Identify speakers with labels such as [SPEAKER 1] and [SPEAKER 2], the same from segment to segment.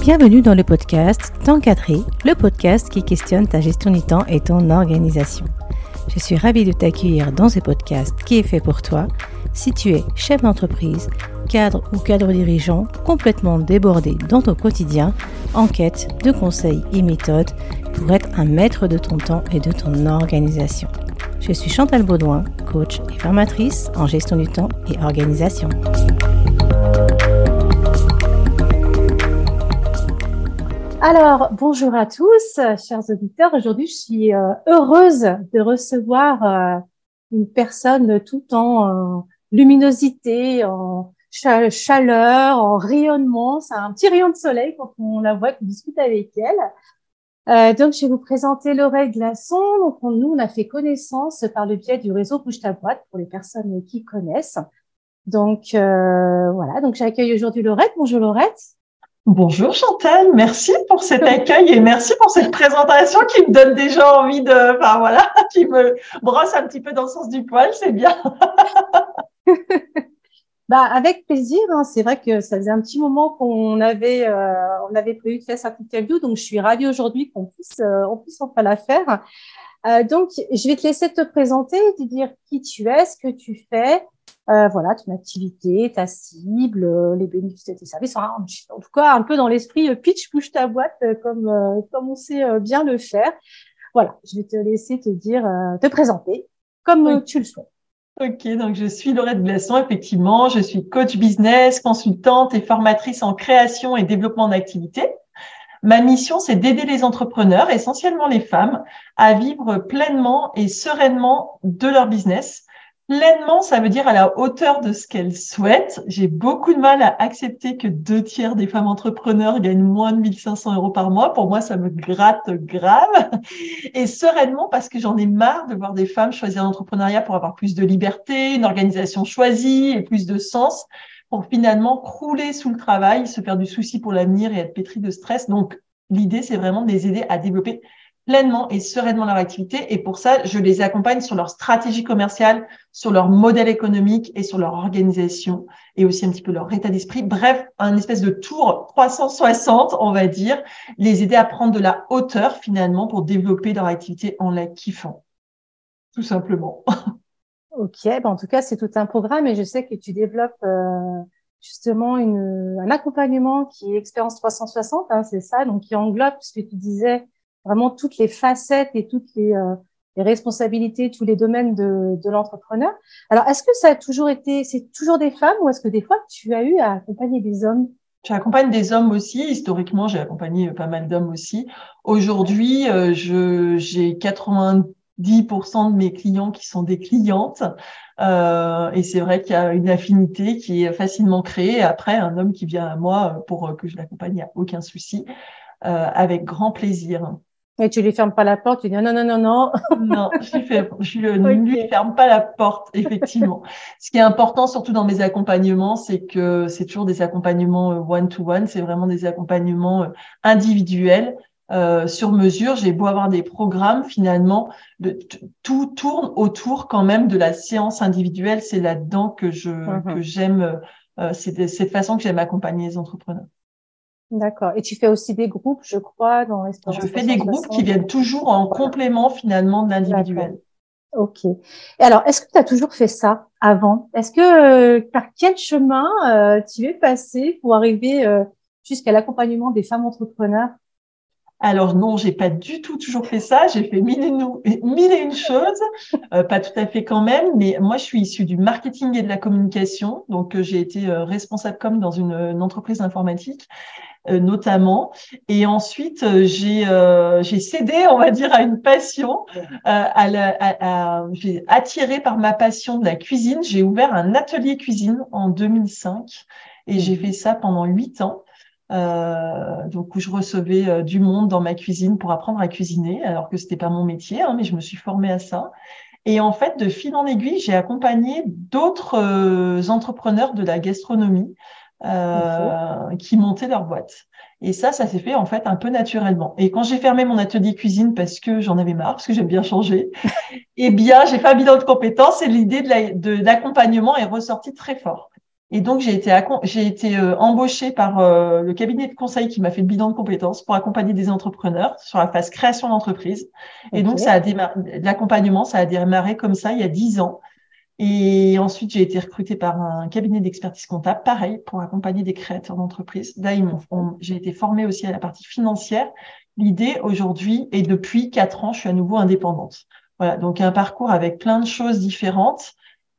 [SPEAKER 1] Bienvenue dans le podcast Temps cadré, le podcast qui questionne ta gestion du temps et ton organisation. Je suis ravie de t'accueillir dans ce podcast qui est fait pour toi si tu es chef d'entreprise, cadre ou cadre dirigeant complètement débordé dans ton quotidien, en quête de conseils et méthodes pour être un maître de ton temps et de ton organisation. Je suis Chantal Baudouin, coach et formatrice en gestion du temps et organisation. Alors, bonjour à tous, chers auditeurs. Aujourd'hui, je suis heureuse de recevoir une personne tout en luminosité, en chaleur, en rayonnement. C'est un petit rayon de soleil quand on la voit, qu'on discute avec elle. Donc, je vais vous présenter Laurette Glaçon. Donc, nous, on a fait connaissance par le biais du réseau Bouge ta boîte pour les personnes qui connaissent. Donc, voilà. Donc, j'accueille aujourd'hui Laurette. Bonjour Laurette.
[SPEAKER 2] Bonjour Chantal, merci pour cet accueil et merci pour cette présentation qui me donne déjà envie qui me brosse un petit peu dans le sens du poil, c'est bien.
[SPEAKER 1] Avec plaisir, hein. C'est vrai que ça faisait un petit moment qu'on avait prévu de faire cette interview, donc je suis ravie aujourd'hui qu'on puisse enfin la faire. Donc, je vais te laisser te présenter, te dire qui tu es, ce que tu fais. Voilà, ton activité, ta cible, les bénéfices de tes services. En tout cas, un peu dans l'esprit pitch, bouge ta boîte, comme on sait bien le faire. Voilà, je vais te laisser te présenter comme tu le souhaites.
[SPEAKER 2] Ok, donc je suis Laurette Glaçon, effectivement. Je suis coach business, consultante et formatrice en création et développement d'activités. Ma mission, c'est d'aider les entrepreneurs, essentiellement les femmes, à vivre pleinement et sereinement de leur business. Pleinement, ça veut dire à la hauteur de ce qu'elles souhaitent. J'ai beaucoup de mal à accepter que 2/3 des femmes entrepreneurs gagnent moins de 1 500 € par mois. Pour moi, ça me gratte grave. Et sereinement, parce que j'en ai marre de voir des femmes choisir l'entrepreneuriat pour avoir plus de liberté, une organisation choisie et plus de sens, pour finalement crouler sous le travail, se faire du souci pour l'avenir et être pétri de stress. Donc, l'idée, c'est vraiment de les aider à développer pleinement et sereinement leur activité. Et pour ça, je les accompagne sur leur stratégie commerciale, sur leur modèle économique et sur leur organisation et aussi un petit peu leur état d'esprit. Bref, un espèce de tour 360, on va dire, les aider à prendre de la hauteur finalement pour développer leur activité en la kiffant. Tout simplement.
[SPEAKER 1] Ok, en tout cas, c'est tout un programme et je sais que tu développes justement un accompagnement qui est expérience 360, hein, c'est ça, donc qui englobe ce que tu disais, vraiment toutes les facettes et toutes les responsabilités, tous les domaines de l'entrepreneur. Alors, est-ce que c'est toujours des femmes ou est-ce que des fois tu as eu à accompagner des hommes?
[SPEAKER 2] J'accompagne des hommes aussi. Historiquement, j'ai accompagné pas mal d'hommes aussi. Aujourd'hui, j'ai 90% de mes clients qui sont des clientes. Et c'est vrai qu'il y a une affinité qui est facilement créée. Après, un homme qui vient à moi pour que je l'accompagne, il n'y a aucun souci. Avec grand plaisir.
[SPEAKER 1] Et tu lui fermes pas la porte, tu dis non.
[SPEAKER 2] Non, ne lui ferme pas la porte, effectivement. Ce qui est important, surtout dans mes accompagnements, c'est que c'est toujours des accompagnements one-to-one, c'est vraiment des accompagnements individuels, sur mesure. J'ai beau avoir des programmes, finalement, tout tourne autour quand même de la séance individuelle. C'est là-dedans que j'aime, c'est de cette façon que j'aime accompagner les entrepreneurs.
[SPEAKER 1] D'accord. Et tu fais aussi des groupes, je crois, dans Espérance.
[SPEAKER 2] Je fais des groupes qui viennent toujours en complément finalement de l'individuel.
[SPEAKER 1] D'accord. Ok. Et alors, est-ce que tu as toujours fait ça avant? Est-ce que par quel chemin tu es passé pour arriver jusqu'à l'accompagnement des femmes entrepreneurs?
[SPEAKER 2] Alors non, j'ai pas du tout toujours fait ça. J'ai fait mille et une choses, pas tout à fait quand même. Mais moi, je suis issue du marketing et de la communication, donc j'ai été responsable com dans une entreprise informatique. Notamment. Et ensuite, j'ai cédé, on va dire, à une passion. J'ai attiré par ma passion de la cuisine. J'ai ouvert un atelier cuisine en 2005 et j'ai fait ça pendant 8 ans. Donc où je recevais du monde dans ma cuisine pour apprendre à cuisiner, alors que c'était pas mon métier, hein, mais je me suis formée à ça. Et en fait, de fil en aiguille, j'ai accompagné d'autres entrepreneurs de la gastronomie qui montaient leur boîte. Et ça s'est fait en fait un peu naturellement. Et quand j'ai fermé mon atelier cuisine parce que j'en avais marre, parce que j'aime bien changer, eh bien, j'ai fait un bilan de compétences et l'idée de l'accompagnement est ressortie très fort. Et donc, j'ai été embauchée par le cabinet de conseil qui m'a fait le bilan de compétences pour accompagner des entrepreneurs sur la phase création d'entreprise. Et donc,
[SPEAKER 1] Ok.
[SPEAKER 2] l'accompagnement, ça a démarré comme ça il y a 10 ans. Et ensuite, j'ai été recrutée par un cabinet d'expertise comptable, pareil, pour accompagner des créateurs d'entreprises. Là, j'ai été formée aussi à la partie financière. L'idée aujourd'hui, et depuis 4 ans, je suis à nouveau indépendante. Voilà, donc un parcours avec plein de choses différentes.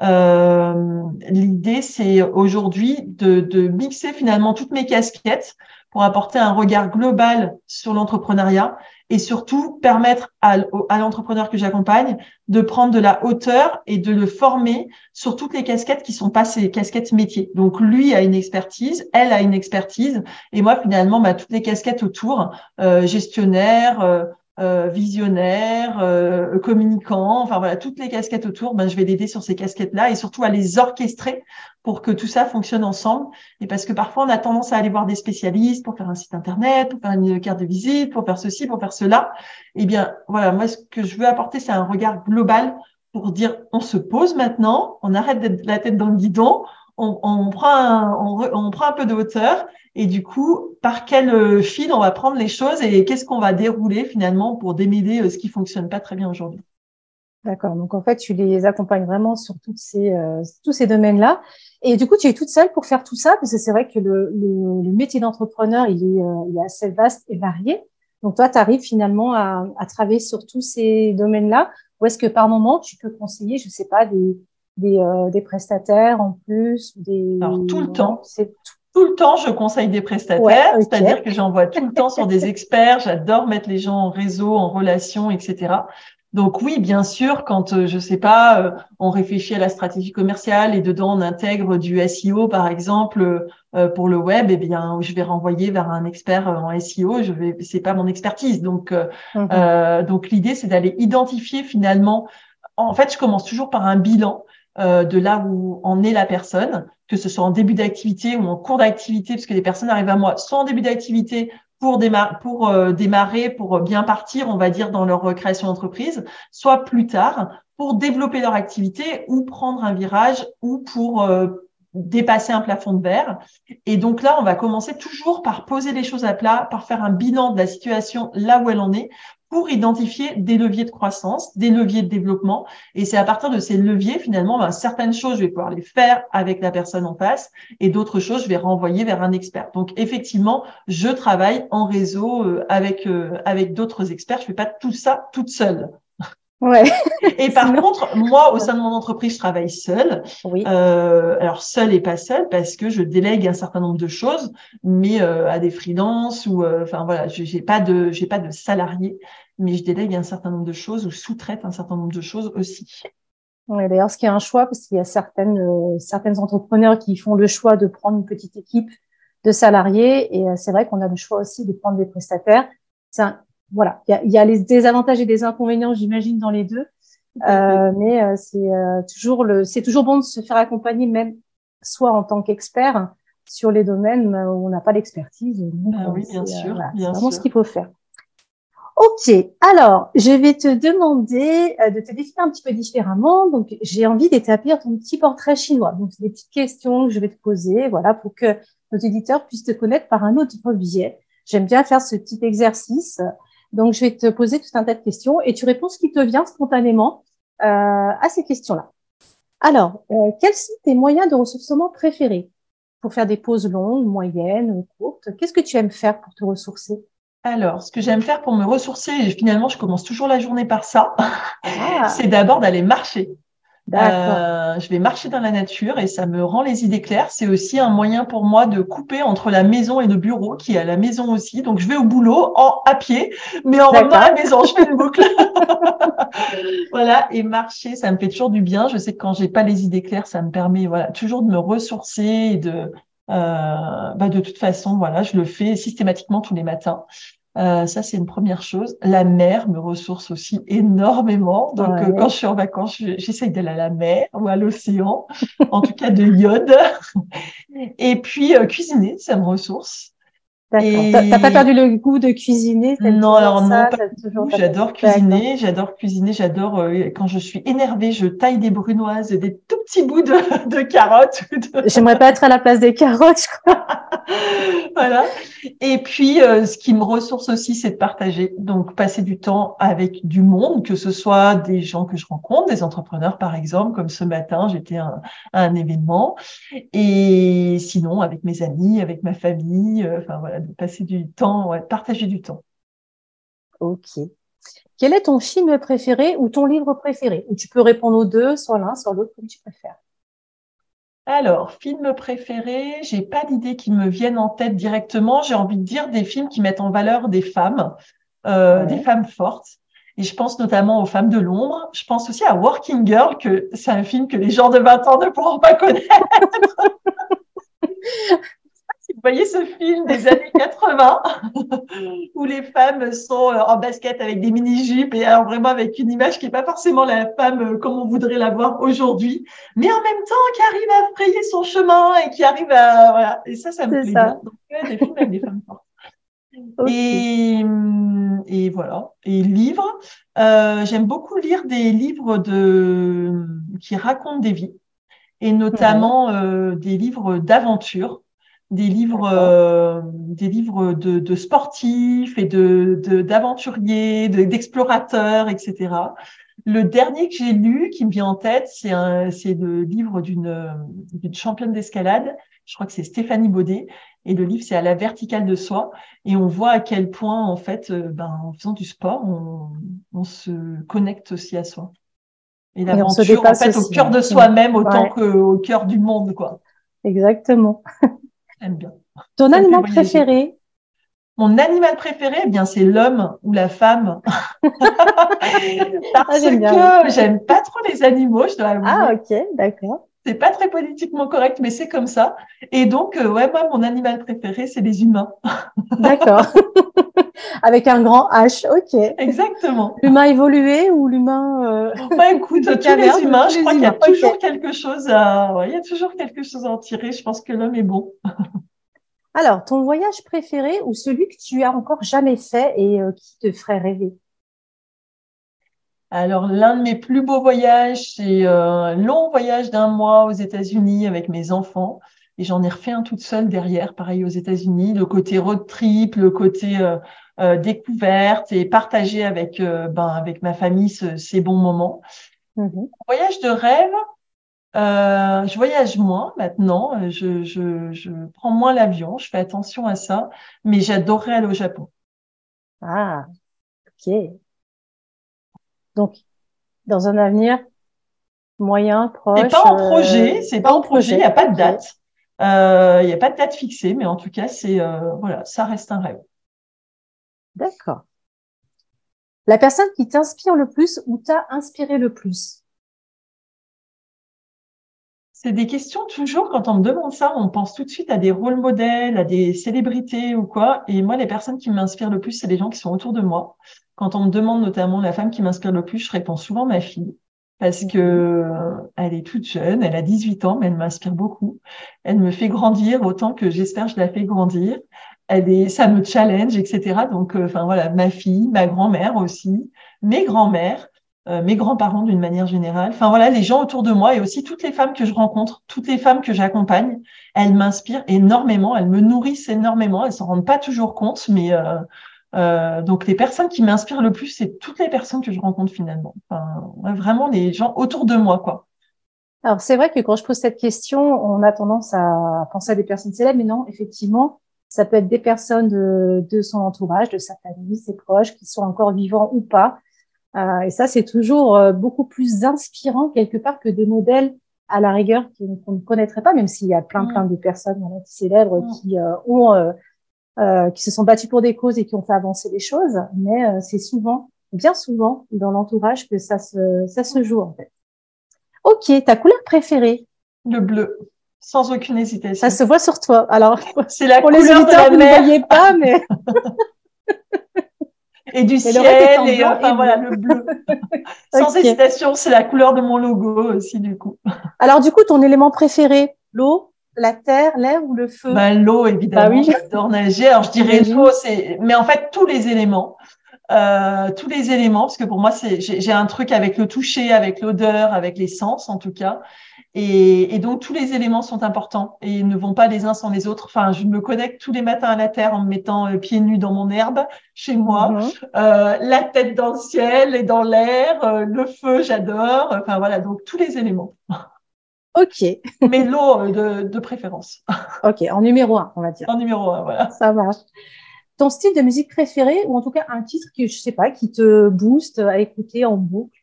[SPEAKER 2] L'idée, c'est aujourd'hui de mixer finalement toutes mes casquettes pour apporter un regard global sur l'entrepreneuriat et surtout permettre à l'entrepreneur que j'accompagne de prendre de la hauteur et de le former sur toutes les casquettes qui sont pas ses casquettes métiers. Donc lui a une expertise, elle a une expertise, et moi finalement toutes les casquettes autour, gestionnaire, visionnaire, communicant, enfin voilà, toutes les casquettes autour, je vais l'aider sur ces casquettes-là et surtout à les orchestrer pour que tout ça fonctionne ensemble. Et parce que parfois on a tendance à aller voir des spécialistes pour faire un site internet, pour faire une carte de visite, pour faire ceci, pour faire cela. Eh bien, voilà, moi, ce que je veux apporter, c'est un regard global pour dire, on se pose maintenant, on arrête d'être la tête dans le guidon, on prend un peu de hauteur et du coup, par quel fil on va prendre les choses et qu'est-ce qu'on va dérouler finalement pour démêler ce qui fonctionne pas très bien aujourd'hui.
[SPEAKER 1] D'accord. Donc, en fait, tu les accompagnes vraiment sur tous ces domaines-là. Et du coup, tu es toute seule pour faire tout ça, parce que c'est vrai que le métier d'entrepreneur, il est assez vaste et varié. Donc, toi, tu arrives finalement à travailler sur tous ces domaines-là. Ou est-ce que par moment, tu peux conseiller, je sais pas, des prestataires en plus,
[SPEAKER 2] Alors,
[SPEAKER 1] voilà, c'est
[SPEAKER 2] tout le temps, je conseille des
[SPEAKER 1] ouais,
[SPEAKER 2] prestataires,
[SPEAKER 1] ok.
[SPEAKER 2] c'est-à-dire que j'envoie tout le temps sur des experts. J'adore mettre les gens en réseau, en relation, etc. Donc oui, bien sûr, quand je sais pas, on réfléchit à la stratégie commerciale et dedans on intègre du SEO par exemple pour le web, eh bien je vais renvoyer vers un expert en SEO. C'est pas mon expertise.
[SPEAKER 1] Mhm.
[SPEAKER 2] Donc l'idée c'est d'aller identifier finalement. En fait, je commence toujours par un bilan de là où en est la personne, que ce soit en début d'activité ou en cours d'activité, parce que les personnes arrivent à moi soit en début d'activité démarrer, pour bien partir, on va dire, dans leur création d'entreprise, soit plus tard pour développer leur activité ou prendre un virage ou pour dépasser un plafond de verre. Et donc là, on va commencer toujours par poser les choses à plat, par faire un bilan de la situation là où elle en est, pour identifier des leviers de croissance, des leviers de développement. Et c'est à partir de ces leviers, finalement, certaines choses, je vais pouvoir les faire avec la personne en face et d'autres choses, je vais renvoyer vers un expert. Donc, effectivement, je travaille en réseau avec d'autres experts. Je fais pas tout ça toute seule.
[SPEAKER 1] Ouais.
[SPEAKER 2] Et par
[SPEAKER 1] Sinon,
[SPEAKER 2] contre, moi, au sein de mon entreprise, je travaille seule.
[SPEAKER 1] oui.
[SPEAKER 2] Alors seule et pas seule parce que je délègue un certain nombre de choses, mais à des freelances ou, enfin voilà, j'ai pas de salariés, mais je délègue un certain nombre de choses ou sous-traite un certain nombre de choses aussi.
[SPEAKER 1] Ouais, d'ailleurs, ce qui est un choix, parce qu'il y a certaines entrepreneurs qui font le choix de prendre une petite équipe de salariés, et c'est vrai qu'on a le choix aussi de prendre des prestataires. C'est voilà, il y a des avantages et des inconvénients, j'imagine, dans les deux,
[SPEAKER 2] Tout à fait.
[SPEAKER 1] mais c'est toujours bon de se faire accompagner, même soit en tant qu'expert sur les domaines où on n'a pas d'expertise. Donc,
[SPEAKER 2] Ah oui,
[SPEAKER 1] voilà, c'est
[SPEAKER 2] bien
[SPEAKER 1] vraiment ce
[SPEAKER 2] sûr.
[SPEAKER 1] qu'il faut faire. Ok, alors je vais te demander de te définir un petit peu différemment. Donc, j'ai envie d'établir ton petit portrait chinois. Donc, c'est des petites questions que je vais te poser, voilà, pour que nos éditeurs puissent te connaître par un autre biais. J'aime bien faire ce petit exercice. Donc, je vais te poser tout un tas de questions et tu réponds ce qui te vient spontanément à ces questions-là. Alors, quels sont tes moyens de ressourcement préférés pour faire des pauses longues, moyennes, ou courtes? Qu'est-ce que tu aimes faire pour te ressourcer?
[SPEAKER 2] Alors, ce que j'aime faire pour me ressourcer, et finalement, je commence toujours la journée par ça,
[SPEAKER 1] Ah,
[SPEAKER 2] c'est d'abord d'aller marcher.
[SPEAKER 1] d'accord.
[SPEAKER 2] Je vais marcher dans la nature et ça me rend les idées claires. C'est aussi un moyen pour moi de couper entre la maison et le bureau, qui est à la maison aussi. Donc, je vais au boulot à pied, mais en revenant à la
[SPEAKER 1] D'accord.
[SPEAKER 2] maison, je fais une boucle. Voilà. Et marcher, ça me fait toujours du bien. Je sais que quand j'ai pas les idées claires, ça me permet, voilà, toujours de me ressourcer et de toute façon, voilà, je le fais systématiquement tous les matins. Ça, c'est une première chose. La mer me ressource aussi énormément. Donc, quand
[SPEAKER 1] Ouais.
[SPEAKER 2] je suis en vacances, j'essaye d'aller à la mer ou à l'océan, en tout cas de iode. Et puis, cuisiner, ça me ressource.
[SPEAKER 1] D'accord. T'as pas perdu le goût de cuisiner?
[SPEAKER 2] Non, alors non, pas
[SPEAKER 1] T'as
[SPEAKER 2] du
[SPEAKER 1] toujours
[SPEAKER 2] tout.
[SPEAKER 1] t'as pas-
[SPEAKER 2] J'adore
[SPEAKER 1] D'accord.
[SPEAKER 2] cuisiner, j'adore quand je suis énervée, je taille des brunoises, des tout petits bouts de carottes.
[SPEAKER 1] J'aimerais pas être à la place des carottes, je crois.
[SPEAKER 2] Voilà. Et puis, ce qui me ressource aussi, c'est de partager. Donc, passer du temps avec du monde, que ce soit des gens que je rencontre, des entrepreneurs, par exemple, comme ce matin, j'étais à un événement. Et sinon, avec mes amis, avec ma famille, enfin voilà, de passer du temps, ouais, de partager du temps.
[SPEAKER 1] Ok. Quel est ton film préféré ou ton livre préféré? Ou tu peux répondre aux deux, soit l'un, soit l'autre, comme tu préfères.
[SPEAKER 2] Alors, film préféré, j'ai pas d'idées qui me viennent en tête directement. J'ai envie de dire des films qui mettent en valeur des
[SPEAKER 1] Ouais.
[SPEAKER 2] femmes fortes. Et je pense notamment aux femmes de l'ombre. Je pense aussi à Working Girl, que c'est un film que les gens de 20 ans ne pourront pas connaître. Si vous voyez ce film des années 80, où les femmes sont en basket avec des mini-jupes et alors vraiment avec une image qui n'est pas forcément la femme comme on voudrait la voir aujourd'hui, mais en même temps qui arrive à frayer son chemin et qui arrive à... Voilà. Et ça me
[SPEAKER 1] C'est
[SPEAKER 2] plaît bien.
[SPEAKER 1] ça.
[SPEAKER 2] Donc, des films avec des femmes fortes.
[SPEAKER 1] Ok.
[SPEAKER 2] Et voilà. Et livres, j'aime beaucoup lire des livres qui racontent des vies et
[SPEAKER 1] Ouais.
[SPEAKER 2] notamment des livres d'aventure,
[SPEAKER 1] D'accord.
[SPEAKER 2] des livres de sportifs et d'aventuriers, d'explorateurs, etc. Le dernier que j'ai lu, qui me vient en tête, c'est le livre d'une championne d'escalade. Je crois que c'est Stéphanie Baudet. Et le livre, c'est À la verticale de soi. Et on voit à quel point, en fait, en faisant du sport, on se connecte aussi à soi. Et
[SPEAKER 1] Et on se
[SPEAKER 2] l'aventure, en
[SPEAKER 1] dépasse
[SPEAKER 2] fait, au
[SPEAKER 1] aussi.
[SPEAKER 2] cœur
[SPEAKER 1] Ouais.
[SPEAKER 2] de soi-même autant
[SPEAKER 1] Ouais.
[SPEAKER 2] qu'au cœur du monde, quoi.
[SPEAKER 1] Exactement.
[SPEAKER 2] J'aime bien.
[SPEAKER 1] Ton
[SPEAKER 2] Ça me fait
[SPEAKER 1] aliment
[SPEAKER 2] voyager.
[SPEAKER 1] préféré?
[SPEAKER 2] Mon animal préféré, eh bien, c'est l'homme ou la femme.
[SPEAKER 1] Ah,
[SPEAKER 2] Parce
[SPEAKER 1] j'aime bien
[SPEAKER 2] que
[SPEAKER 1] aussi.
[SPEAKER 2] j'aime pas trop les animaux, je dois
[SPEAKER 1] Ah,
[SPEAKER 2] avouer.
[SPEAKER 1] ok, d'accord.
[SPEAKER 2] C'est pas très politiquement correct, mais c'est comme ça. Et donc, ouais, moi, mon animal préféré, c'est les humains.
[SPEAKER 1] D'accord. Avec un grand H, ok.
[SPEAKER 2] Exactement.
[SPEAKER 1] L'humain évolué ou l'humain
[SPEAKER 2] Bah, écoute,
[SPEAKER 1] des
[SPEAKER 2] tous les
[SPEAKER 1] cavernes?
[SPEAKER 2] humains,
[SPEAKER 1] Tous
[SPEAKER 2] je
[SPEAKER 1] les
[SPEAKER 2] crois qu'il y a
[SPEAKER 1] humains, ok.
[SPEAKER 2] toujours quelque chose à, ouais, il y a toujours quelque chose à en tirer. Je pense que l'homme est bon.
[SPEAKER 1] Alors, ton voyage préféré ou celui que tu as encore jamais fait et qui te ferait rêver?
[SPEAKER 2] Alors, l'un de mes plus beaux voyages, c'est un long voyage d'un mois aux États-Unis avec mes enfants. Et j'en ai refait un toute seule derrière, pareil aux États-Unis. Le côté road trip, le côté découverte et partager avec ma famille ces bons moments.
[SPEAKER 1] Mhm.
[SPEAKER 2] Voyage de rêve, je voyage moins maintenant. Je prends moins l'avion, je fais attention à ça. Mais j'adorerais aller au Japon.
[SPEAKER 1] Ah, ok. Donc, dans un avenir moyen, proche,
[SPEAKER 2] C'est
[SPEAKER 1] pas
[SPEAKER 2] pas en
[SPEAKER 1] en
[SPEAKER 2] projet, il n'y
[SPEAKER 1] projet.
[SPEAKER 2] a pas de
[SPEAKER 1] Ok,
[SPEAKER 2] date. Il n'y a pas de date fixée, mais en tout cas, voilà, ça reste un rêve.
[SPEAKER 1] d'accord. La personne qui t'inspire le plus ou t'a inspiré le plus?
[SPEAKER 2] C'est des questions toujours, quand on me demande ça, on pense tout de suite à des rôles modèles, à des célébrités ou quoi. Et moi, les personnes qui m'inspirent le plus, c'est les gens qui sont autour de moi. Quand on me demande notamment la femme qui m'inspire le plus, je réponds souvent ma fille. Parce que
[SPEAKER 1] Mhm.
[SPEAKER 2] elle est toute jeune, elle a 18 ans, mais elle m'inspire beaucoup. Elle me fait grandir autant que j'espère que je la fais grandir. Ça me challenge, etc. Donc, enfin voilà, ma fille, ma grand-mère aussi, mes grands-mères, mes grands-parents d'une manière générale. Enfin voilà, les gens autour de moi et aussi toutes les femmes que je rencontre, toutes les femmes que j'accompagne, elles m'inspirent énormément, elles me nourrissent énormément. Elles s'en rendent pas toujours compte, mais donc les personnes qui m'inspirent le plus, c'est toutes les personnes que je rencontre finalement. Enfin, ouais, vraiment les gens autour de moi, quoi.
[SPEAKER 1] Alors, c'est vrai que quand je pose cette question, on a tendance à penser à des personnes célèbres, mais non, effectivement, ça peut être des personnes de son entourage, de sa famille, ses proches, qui sont encore vivants ou pas. Et ça, c'est toujours beaucoup plus inspirant quelque part que des modèles à la rigueur qu'on ne connaîtrait pas, même s'il y a plein
[SPEAKER 2] Mm,
[SPEAKER 1] de personnes voilà, célèbres
[SPEAKER 2] mm.
[SPEAKER 1] qui se sont battues pour des causes et qui ont fait avancer les choses. Mais c'est souvent, bien souvent, dans l'entourage que ça se joue en fait. Ok, ta couleur préférée?
[SPEAKER 2] Le bleu, sans aucune
[SPEAKER 1] Ça
[SPEAKER 2] hésitation.
[SPEAKER 1] se voit sur toi. Alors,
[SPEAKER 2] C'est la
[SPEAKER 1] pour les
[SPEAKER 2] couleur de
[SPEAKER 1] auditeurs,
[SPEAKER 2] la
[SPEAKER 1] vous ne
[SPEAKER 2] mer
[SPEAKER 1] voyez pas,
[SPEAKER 2] et du
[SPEAKER 1] mais le reste est
[SPEAKER 2] ciel
[SPEAKER 1] en
[SPEAKER 2] et
[SPEAKER 1] blanc et
[SPEAKER 2] enfin voilà
[SPEAKER 1] bleu.
[SPEAKER 2] le bleu. Sans
[SPEAKER 1] Ok.
[SPEAKER 2] hésitation, c'est la couleur de mon logo aussi du coup.
[SPEAKER 1] Alors, du coup, ton élément préféré, l'eau? la terre, l'air ou le feu?
[SPEAKER 2] Ben, l'eau,
[SPEAKER 1] Bah
[SPEAKER 2] évidemment,
[SPEAKER 1] oui,
[SPEAKER 2] j'adore nager. Alors, je dirais
[SPEAKER 1] j'imagine.
[SPEAKER 2] l'eau, mais en fait, tous les éléments, parce que pour moi, j'ai un truc avec le toucher, avec l'odeur, avec les sens, en tout cas. Et donc, tous les éléments sont importants et ils ne vont pas les uns sans les autres. Enfin, je me connecte tous les matins à la terre en me mettant pieds nus dans mon herbe chez moi,
[SPEAKER 1] Mhm.
[SPEAKER 2] la tête dans le ciel et dans l'air, le feu, j'adore. Enfin, voilà, donc tous les éléments.
[SPEAKER 1] Ok,
[SPEAKER 2] Mais l'eau de préférence,
[SPEAKER 1] ok, en numéro un, on va dire.
[SPEAKER 2] en numéro un, voilà.
[SPEAKER 1] Ça marche. Ton style de musique préféré, ou en tout cas un titre que je sais pas, qui te booste à écouter en boucle.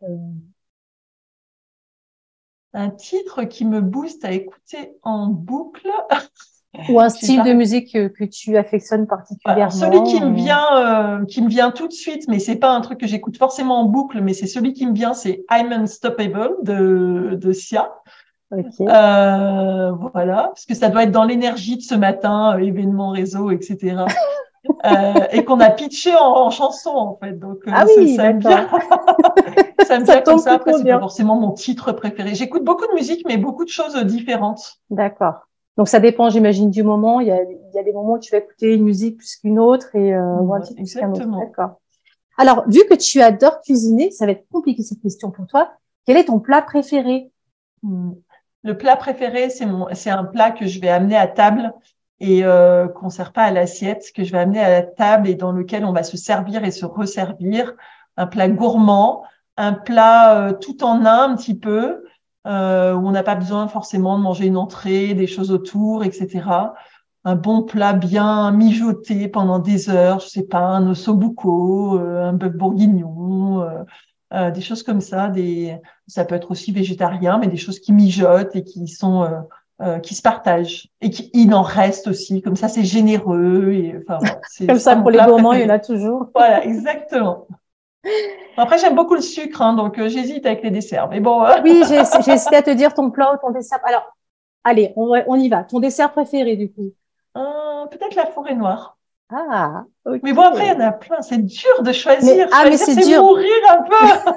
[SPEAKER 2] Un titre qui me booste à écouter en boucle.
[SPEAKER 1] Ou un
[SPEAKER 2] J'ai
[SPEAKER 1] style
[SPEAKER 2] pas
[SPEAKER 1] de musique que tu affectionnes
[SPEAKER 2] Alors, celui
[SPEAKER 1] particulièrement.
[SPEAKER 2] qui me vient tout de suite, mais c'est pas un truc que j'écoute forcément en boucle, mais c'est celui qui me vient, c'est I'm Unstoppable de Sia.
[SPEAKER 1] Ok.
[SPEAKER 2] Voilà, parce que ça doit être dans l'énergie de ce matin, événement réseau, etc. Et qu'on a pitché en chanson en fait, donc
[SPEAKER 1] Ah oui,
[SPEAKER 2] ça me vient,
[SPEAKER 1] d'accord.
[SPEAKER 2] ça me
[SPEAKER 1] Ça
[SPEAKER 2] vient comme
[SPEAKER 1] tombe
[SPEAKER 2] ça. Après,
[SPEAKER 1] plutôt
[SPEAKER 2] c'est pas
[SPEAKER 1] bien.
[SPEAKER 2] forcément mon titre préféré. J'écoute beaucoup de musique, mais beaucoup de choses différentes.
[SPEAKER 1] D'accord. Donc ça dépend, j'imagine, du moment. Il y a des moments où tu vas écouter une musique plus qu'une autre ou un
[SPEAKER 2] Ouais,
[SPEAKER 1] titre plus qu'un autre.
[SPEAKER 2] exactement.
[SPEAKER 1] D'accord. Alors, vu que tu adores cuisiner, ça va être compliqué cette question pour toi. Quel est ton plat préféré?
[SPEAKER 2] Hmm. Le plat préféré, c'est un plat que je vais amener à table et qu'on ne sert pas à l'assiette, que je vais amener à la table et dans lequel on va se servir et se resservir. Un plat gourmand, un plat tout en un petit peu, où on n'a pas besoin forcément de manger une entrée, des choses autour, etc. Un bon plat bien mijoté pendant des heures, je sais pas, un ossobuco, un bœuf bourguignon, des choses comme ça. Ça peut être aussi végétarien, mais des choses qui mijotent et qui se partagent et qui il en reste aussi. Comme ça, c'est généreux. Et enfin voilà, c'est
[SPEAKER 1] Comme
[SPEAKER 2] ça
[SPEAKER 1] ça,
[SPEAKER 2] mon
[SPEAKER 1] pour les
[SPEAKER 2] plat
[SPEAKER 1] gourmands, il y en a
[SPEAKER 2] préféré.
[SPEAKER 1] toujours.
[SPEAKER 2] Voilà, exactement. Après, j'aime beaucoup le sucre, hein, donc j'hésite avec les desserts. Mais bon,
[SPEAKER 1] Oui, j'ai hésité à te dire ton plat ou ton dessert. Alors, allez, on y va. Ton dessert préféré, du coup.
[SPEAKER 2] peut-être la forêt noire.
[SPEAKER 1] Ah,
[SPEAKER 2] Mais bon, après, il y
[SPEAKER 1] ok.
[SPEAKER 2] en a plein. C'est dur de choisir.
[SPEAKER 1] Mais
[SPEAKER 2] Choisir,
[SPEAKER 1] c'est
[SPEAKER 2] c'est
[SPEAKER 1] dur.
[SPEAKER 2] mourir un peu.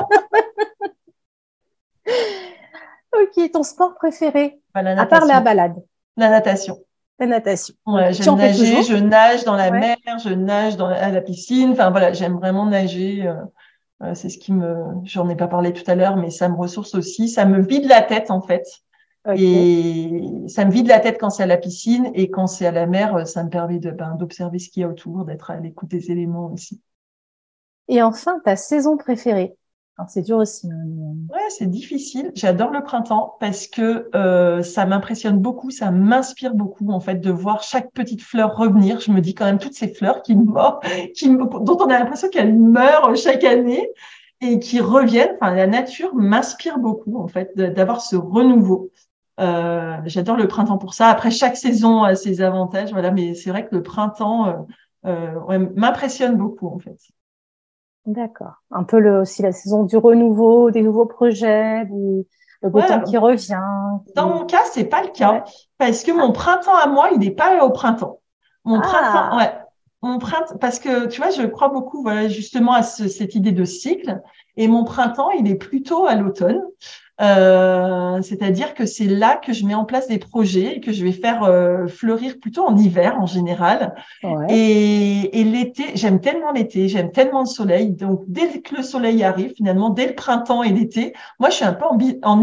[SPEAKER 1] Ok, ton sport préféré,
[SPEAKER 2] Bah, la
[SPEAKER 1] à part la
[SPEAKER 2] natation.
[SPEAKER 1] balade,
[SPEAKER 2] La natation.
[SPEAKER 1] la natation.
[SPEAKER 2] Ouais,
[SPEAKER 1] Ok, tu
[SPEAKER 2] j'aime
[SPEAKER 1] en fais
[SPEAKER 2] nager, je
[SPEAKER 1] toujours?
[SPEAKER 2] nage dans la
[SPEAKER 1] Ouais.
[SPEAKER 2] mer, je nage à la piscine. Enfin voilà, j'aime vraiment nager. C'est ce qui j'en ai pas parlé tout à l'heure, mais ça me ressource aussi. Ça me vide la tête en fait.
[SPEAKER 1] Ok.
[SPEAKER 2] Et ça me vide la tête quand c'est à la piscine et quand c'est à la mer, ça me permet d'observer ce qu'il y a autour, d'être à l'écoute des éléments aussi.
[SPEAKER 1] Et enfin, ta saison préférée. Alors, c'est dur aussi, hein,
[SPEAKER 2] Ouais, c'est difficile. J'adore le printemps parce que ça m'impressionne beaucoup, ça m'inspire beaucoup en fait de voir chaque petite fleur revenir. Je me dis quand même toutes ces fleurs dont on a l'impression qu'elles meurent chaque année et qui reviennent. Enfin, la nature m'inspire beaucoup en fait d'avoir ce renouveau. J'adore le printemps pour ça. Après, chaque saison a ses avantages, voilà, mais c'est vrai que le printemps ouais, m'impressionne beaucoup en fait.
[SPEAKER 1] D'accord. Un peu aussi la saison du renouveau, des nouveaux projets, le beau temps
[SPEAKER 2] Ouais,
[SPEAKER 1] qui revient.
[SPEAKER 2] dans mon cas, c'est pas le
[SPEAKER 1] Ouais.
[SPEAKER 2] cas parce que
[SPEAKER 1] Ah,
[SPEAKER 2] mon printemps à moi, il n'est pas au printemps. Mon printemps,
[SPEAKER 1] ah,
[SPEAKER 2] ouais, mon printemps, parce que tu vois, je crois beaucoup, voilà, justement à cette idée de cycle. Et mon printemps, il est plutôt à l'automne. C'est-à-dire que c'est là que je mets en place des projets et que je vais faire fleurir plutôt en hiver en général.
[SPEAKER 1] ouais.
[SPEAKER 2] Et l'été, j'aime tellement l'été, j'aime tellement le soleil. Donc, dès que le soleil arrive, finalement, dès le printemps et l'été, moi, je suis un peu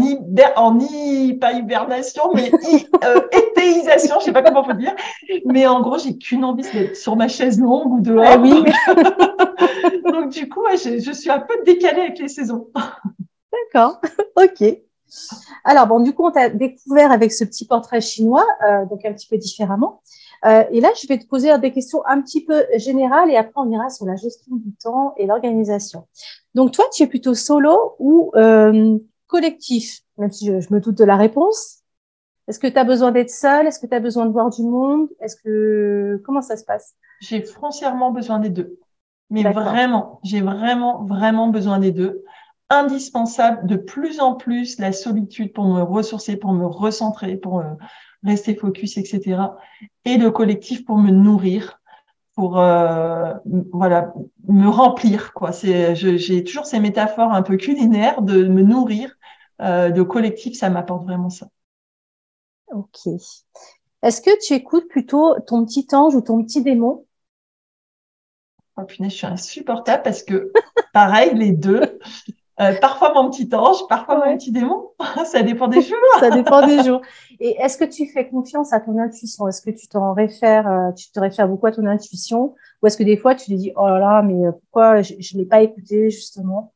[SPEAKER 2] pas hibernation, mais étéisation, je sais pas comment faut dire. Mais en gros, j'ai qu'une envie, c'est d'être sur ma chaise longue ou
[SPEAKER 1] Ah
[SPEAKER 2] dehors.
[SPEAKER 1] oui,
[SPEAKER 2] Donc, du coup, ouais, je suis un peu décalée avec les saisons.
[SPEAKER 1] d'accord. Ok. Alors, bon, du coup, on t'a découvert avec ce petit portrait chinois, donc un petit peu différemment. Et là, je vais te poser des questions un petit peu générales et après, on ira sur la gestion du temps et l'organisation. Donc, toi, tu es plutôt solo ou collectif? Même si je me doute de la réponse. Est-ce que tu as besoin d'être seul? Est-ce que tu as besoin de voir du monde? Comment ça se passe?
[SPEAKER 2] J'ai foncièrement besoin des deux. Mais
[SPEAKER 1] D'accord.
[SPEAKER 2] vraiment, j'ai vraiment, vraiment besoin des deux. Indispensable, de plus en plus, la solitude pour me ressourcer, pour me recentrer, pour rester focus, etc. Et le collectif pour me nourrir, pour voilà, me remplir, quoi. J'ai toujours ces métaphores un peu culinaires de me nourrir. Le collectif, ça m'apporte vraiment ça.
[SPEAKER 1] Ok. Est-ce que tu écoutes plutôt ton petit ange ou ton petit démon?
[SPEAKER 2] Oh punaise, je suis insupportable parce que, pareil, les deux. Parfois mon petit ange, parfois mon
[SPEAKER 1] Ouais,
[SPEAKER 2] petit démon. Ça dépend des jours.
[SPEAKER 1] ça dépend des jours. Et est-ce que tu fais confiance à ton intuition? Est-ce que tu te réfères beaucoup à ton intuition? Ou est-ce que des fois tu te dis, oh là là, mais pourquoi je l'ai pas écouté, justement?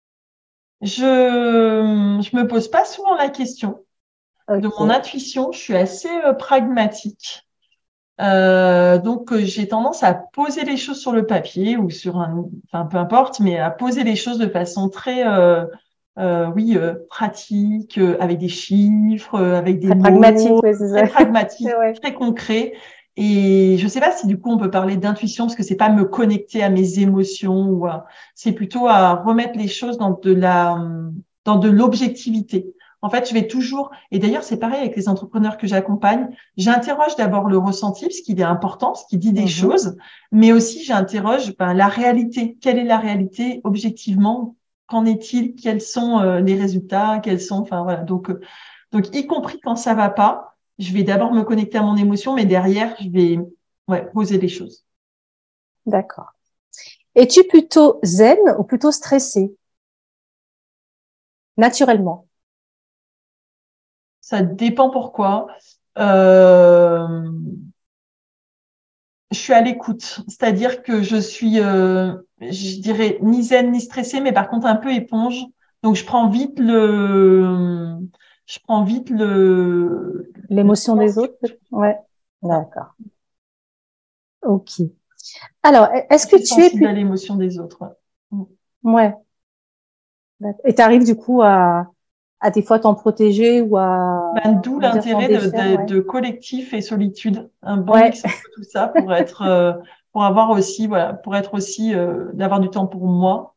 [SPEAKER 2] Je me pose pas souvent la question de mon
[SPEAKER 1] Ok.
[SPEAKER 2] intuition. Je suis assez pragmatique. Donc, j'ai tendance à poser les choses sur le papier ou sur enfin, peu importe, mais à poser les choses de façon très, oui, pratique, avec des chiffres, avec des
[SPEAKER 1] Très
[SPEAKER 2] mots,
[SPEAKER 1] pragmatique, oui, c'est
[SPEAKER 2] très
[SPEAKER 1] ça.
[SPEAKER 2] pragmatique,
[SPEAKER 1] Ouais.
[SPEAKER 2] très concret. Et je sais pas si du coup on peut parler d'intuition parce que c'est pas me connecter à mes émotions c'est plutôt à remettre les choses dans de l'objectivité. En fait, je vais toujours, et d'ailleurs c'est pareil avec les entrepreneurs que j'accompagne. J'interroge d'abord le ressenti, parce qu'il est important, parce qu'il dit des
[SPEAKER 1] Mhm.
[SPEAKER 2] choses, mais aussi j'interroge la réalité. Quelle est la réalité objectivement? Qu'en est-il? Quels sont les résultats? Quels sont, enfin voilà. Donc y compris quand ça va pas, je vais d'abord me connecter à mon émotion, mais derrière je vais poser les choses.
[SPEAKER 1] D'accord. Es-tu plutôt zen ou plutôt stressé, naturellement?
[SPEAKER 2] Ça dépend pourquoi. Euh, je suis à l'écoute, c'est-à-dire que je suis, je dirais, ni zen ni stressée, mais par contre un peu éponge. Donc je prends vite
[SPEAKER 1] L'émotion des
[SPEAKER 2] l'essentiel.
[SPEAKER 1] autres? Ouais.
[SPEAKER 2] Ça.
[SPEAKER 1] D'accord. Ok. Alors,
[SPEAKER 2] Je
[SPEAKER 1] est-ce que
[SPEAKER 2] suis
[SPEAKER 1] tu es
[SPEAKER 2] sensible à
[SPEAKER 1] plus...
[SPEAKER 2] l'émotion des autres. Ouais.
[SPEAKER 1] Ouais. D'accord. Et tu arrives du coup à des fois t'en protéger ou
[SPEAKER 2] D'où
[SPEAKER 1] on va dire, t'en
[SPEAKER 2] l'intérêt
[SPEAKER 1] défaire, ouais.
[SPEAKER 2] de collectif et solitude, un bon
[SPEAKER 1] Ouais,
[SPEAKER 2] mix entre tout ça pour être, pour avoir aussi, voilà, pour être aussi, d'avoir du temps pour moi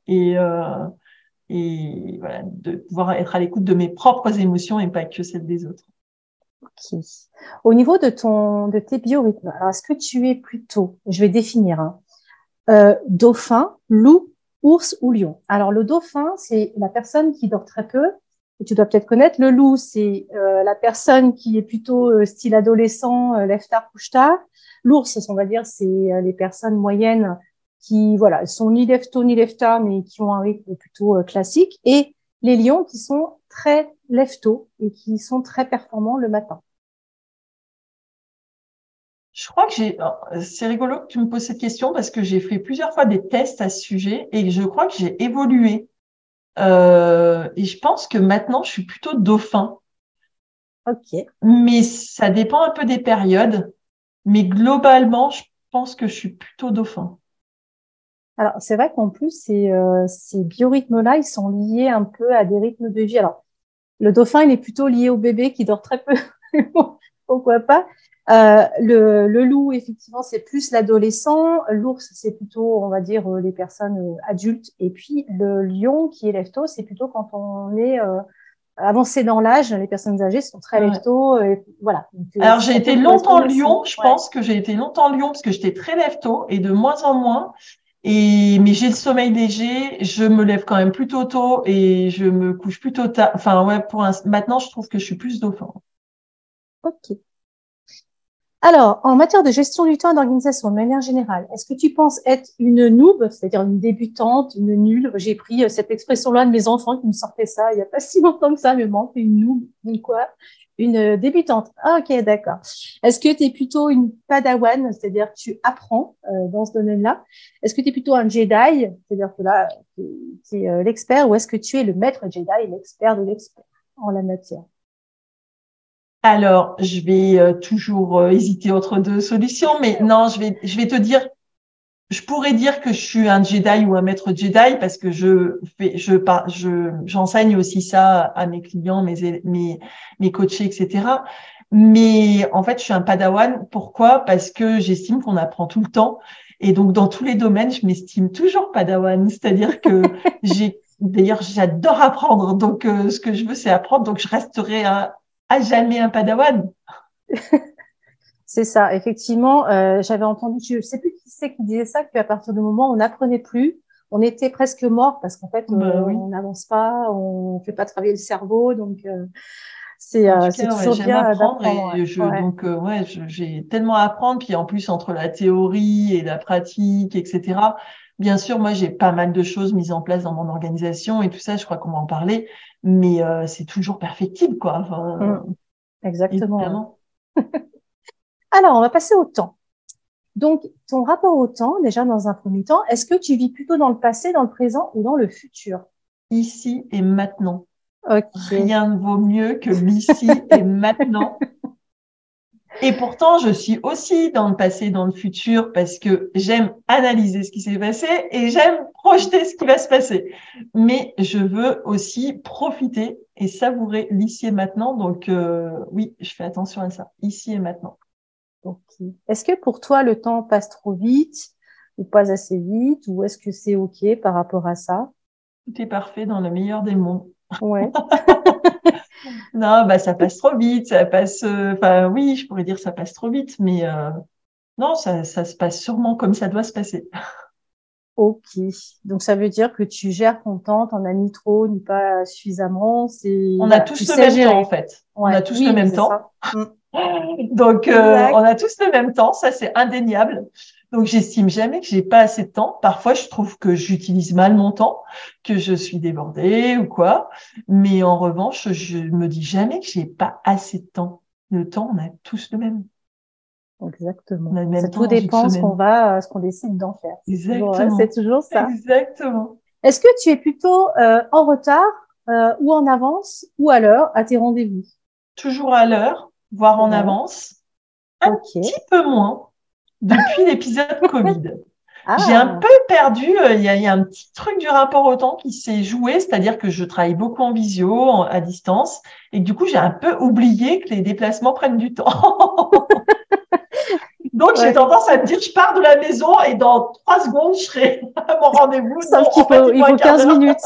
[SPEAKER 2] et voilà, de pouvoir être à l'écoute de mes propres émotions et pas que celles des autres.
[SPEAKER 1] ok. Au niveau de tes biorhythmes, alors est-ce que tu es plutôt, je vais définir, hein, dauphin, loup, ours ou lion? Alors le dauphin, c'est la personne qui dort très peu, et tu dois peut-être connaître. Le loup, c'est la personne qui est plutôt style adolescent, lève tard, couche tard. L'ours, on va dire, c'est les personnes moyennes qui, voilà, sont ni lève tôt ni lève tard, mais qui ont un rythme plutôt classique. Et les lions qui sont très lève tôt et qui sont très performants le matin.
[SPEAKER 2] Je crois que c'est rigolo que tu me poses cette question parce que j'ai fait plusieurs fois des tests à ce sujet et je crois que j'ai évolué. Et je pense que maintenant, je suis plutôt dauphin.
[SPEAKER 1] Ok.
[SPEAKER 2] Mais ça dépend un peu des périodes. Mais globalement, je pense que je suis plutôt dauphin.
[SPEAKER 1] Alors, c'est vrai qu'en plus, ces biorhythmes-là, ils sont liés un peu à des rythmes de vie. Alors, le dauphin, il est plutôt lié au bébé qui dort très peu. Bon, pourquoi pas? Le loup, effectivement, c'est plus l'adolescent. L'ours, c'est plutôt, on va dire, les personnes adultes. Et puis, le lion, qui est lève-tôt, c'est plutôt quand on est avancé dans l'âge. Les personnes âgées sont très
[SPEAKER 2] Ouais.
[SPEAKER 1] lève-tôt. Voilà. Donc,
[SPEAKER 2] Alors, j'ai
[SPEAKER 1] ça peut
[SPEAKER 2] été longtemps
[SPEAKER 1] correspondre aussi.
[SPEAKER 2] lion. Je
[SPEAKER 1] Ouais.
[SPEAKER 2] pense que j'ai été longtemps lion parce que j'étais très lève-tôt et de moins en moins. Mais j'ai le sommeil léger. Je me lève quand même plutôt tôt et je me couche plutôt tard. Enfin, ouais, maintenant, je trouve que je suis plus dauphin.
[SPEAKER 1] OK. Alors, en matière de gestion du temps et d'organisation, de manière générale, est-ce que tu penses être une noob, c'est-à-dire une débutante, une nulle? J'ai pris cette expression-là de mes enfants qui me sortaient ça il n'y a pas si longtemps que ça, mais bon, une noob, une quoi? Une débutante. Ah, ok, d'accord. Est-ce que tu es plutôt une padawan, c'est-à-dire que tu apprends dans ce domaine-là? Est-ce que tu es plutôt un Jedi, c'est-à-dire que là, tu es l'expert, ou est-ce que tu es le maître Jedi, l'expert de l'expert en la matière?
[SPEAKER 2] Alors, je vais toujours hésiter entre deux solutions, mais non, je vais te dire, je pourrais dire que je suis un Jedi ou un maître Jedi parce que j'enseigne aussi ça à mes clients, mes coachés, etc. Mais en fait, je suis un Padawan. Pourquoi? Parce que j'estime qu'on apprend tout le temps. Et donc, dans tous les domaines, je m'estime toujours Padawan. C'est-à-dire que d'ailleurs, j'adore apprendre. Donc, ce que je veux, c'est apprendre. Donc, je resterai à jamais un Padawan.
[SPEAKER 1] C'est ça, effectivement. J'avais entendu, je ne sais plus qui c'est qui disait ça, qu'à partir du moment où on n'apprenait plus, on était presque mort parce qu'en fait,
[SPEAKER 2] Ben oui.
[SPEAKER 1] on n'avance pas, on ne fait pas travailler le cerveau. Donc,
[SPEAKER 2] En tout
[SPEAKER 1] C'est
[SPEAKER 2] cas, ouais,
[SPEAKER 1] toujours
[SPEAKER 2] j'aime
[SPEAKER 1] bien
[SPEAKER 2] apprendre
[SPEAKER 1] d'apprendre.
[SPEAKER 2] et j'ai tellement à apprendre. Puis en plus, entre la théorie et la pratique, etc. Bien sûr, moi, j'ai pas mal de choses mises en place dans mon organisation et tout ça. Je crois qu'on va en parler, mais c'est toujours perfectible, quoi.
[SPEAKER 1] Mm,
[SPEAKER 2] Enfin,
[SPEAKER 1] exactement. Ouais.
[SPEAKER 2] évidemment.
[SPEAKER 1] Alors, on va passer au temps. Donc, ton rapport au temps, déjà dans un premier temps, est-ce que tu vis plutôt dans le passé, dans le présent ou dans le futur?
[SPEAKER 2] Ici et maintenant.
[SPEAKER 1] Ok.
[SPEAKER 2] Rien ne vaut mieux que l'ici et maintenant. Et pourtant, je suis aussi dans le passé, dans le futur, parce que j'aime analyser ce qui s'est passé et j'aime projeter ce qui va se passer. Mais je veux aussi profiter et savourer l'ici et maintenant. Donc, oui, je fais attention à ça, ici et maintenant.
[SPEAKER 1] Ok. Est-ce que pour toi, le temps passe trop vite ou pas assez vite ou est-ce que c'est ok par rapport à ça?
[SPEAKER 2] Tout est parfait dans le meilleur des mondes.
[SPEAKER 1] Ouais.
[SPEAKER 2] Non, bah, ça passe trop vite, ça passe, enfin, oui, je pourrais dire ça passe trop vite, mais non, ça se passe sûrement comme ça doit se passer.
[SPEAKER 1] Ok. Donc, ça veut dire que tu gères ton temps, t'en as ni trop, ni pas suffisamment. C'est,
[SPEAKER 2] On a
[SPEAKER 1] voilà, tu
[SPEAKER 2] tous le
[SPEAKER 1] sais
[SPEAKER 2] même temps, en
[SPEAKER 1] gérer.
[SPEAKER 2] fait. On a
[SPEAKER 1] Ouais.
[SPEAKER 2] tous le
[SPEAKER 1] Oui,
[SPEAKER 2] même
[SPEAKER 1] c'est
[SPEAKER 2] temps.
[SPEAKER 1] ça. Mm.
[SPEAKER 2] Donc, on
[SPEAKER 1] Exact.
[SPEAKER 2] a tous le même temps, ça c'est indéniable. Donc, j'estime jamais que j'ai pas assez de temps. Parfois, je trouve que j'utilise mal mon temps, que je suis débordée ou quoi. Mais en revanche, je me dis jamais que j'ai pas assez de temps. Le temps, on a tous le même. On
[SPEAKER 1] Exactement.
[SPEAKER 2] a le
[SPEAKER 1] Ça
[SPEAKER 2] même temps
[SPEAKER 1] tout
[SPEAKER 2] dans une
[SPEAKER 1] dépend
[SPEAKER 2] semaine.
[SPEAKER 1] ce qu'on décide d'en faire. C'est
[SPEAKER 2] Exactement.
[SPEAKER 1] toujours ça.
[SPEAKER 2] Exactement.
[SPEAKER 1] Est-ce que tu es plutôt en retard ou en avance ou à l'heure à tes rendez-vous?
[SPEAKER 2] Toujours à l'heure, voire en
[SPEAKER 1] Ouais.
[SPEAKER 2] avance. Un
[SPEAKER 1] Ok.
[SPEAKER 2] petit peu moins depuis l'épisode Covid. J'ai un
[SPEAKER 1] Ah,
[SPEAKER 2] peu perdu, il y a un petit truc du rapport au temps qui s'est joué, c'est-à-dire que je travaille beaucoup en visio, à distance, et que du coup, j'ai un peu oublié que les déplacements prennent du temps. Donc, j'ai
[SPEAKER 1] ouais.
[SPEAKER 2] tendance à me dire, je pars de la maison et dans 3 secondes, je serai à mon rendez-vous. Non,
[SPEAKER 1] Sauf
[SPEAKER 2] en fait, il
[SPEAKER 1] il
[SPEAKER 2] faut un
[SPEAKER 1] faut
[SPEAKER 2] quart
[SPEAKER 1] 15
[SPEAKER 2] d'heure.
[SPEAKER 1] minutes.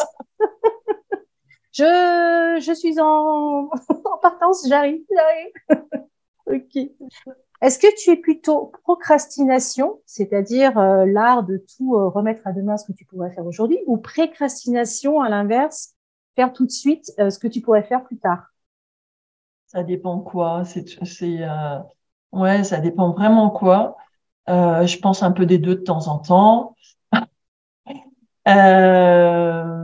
[SPEAKER 1] Je suis en partance, j'arrive. Ok. Est-ce que tu es plutôt procrastination, c'est-à-dire l'art de tout remettre à demain ce que tu pourrais faire aujourd'hui, ou précrastination, à l'inverse, faire tout de suite ce que tu pourrais faire plus tard?
[SPEAKER 2] Ça dépend quoi. Ouais, ça dépend vraiment quoi. Je pense un peu des deux de temps en temps. Euh,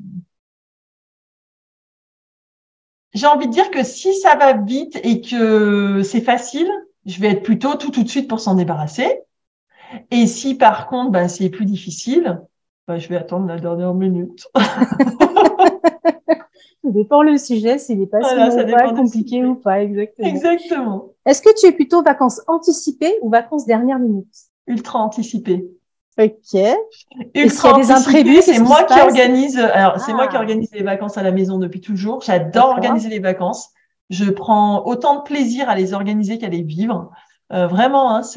[SPEAKER 2] J'ai envie de dire que si ça va vite et que c'est facile, je vais être plutôt tout de suite pour s'en débarrasser. Et si par contre, ben, c'est plus difficile, ben, je vais attendre la dernière minute.
[SPEAKER 1] Ça dépend le sujet, s'il est
[SPEAKER 2] Voilà,
[SPEAKER 1] passionnant
[SPEAKER 2] ça
[SPEAKER 1] ou pas,
[SPEAKER 2] dépend du
[SPEAKER 1] compliqué ou
[SPEAKER 2] sujet.
[SPEAKER 1] pas, exactement.
[SPEAKER 2] Exactement.
[SPEAKER 1] Est-ce que tu es plutôt vacances anticipées ou vacances dernière minute?
[SPEAKER 2] Ultra anticipé.
[SPEAKER 1] Ok. Et s'il y
[SPEAKER 2] Ultra
[SPEAKER 1] a des
[SPEAKER 2] anticipé,
[SPEAKER 1] imprévus,
[SPEAKER 2] c'est
[SPEAKER 1] qu'est-ce qui
[SPEAKER 2] moi
[SPEAKER 1] se
[SPEAKER 2] qui
[SPEAKER 1] passe?
[SPEAKER 2] organise. Alors, c'est moi qui
[SPEAKER 1] Ah,
[SPEAKER 2] organise les vacances à la maison depuis toujours. J'adore
[SPEAKER 1] d'accord.
[SPEAKER 2] organiser les vacances. Je prends autant de plaisir à les organiser qu'à les vivre. Vraiment, hein,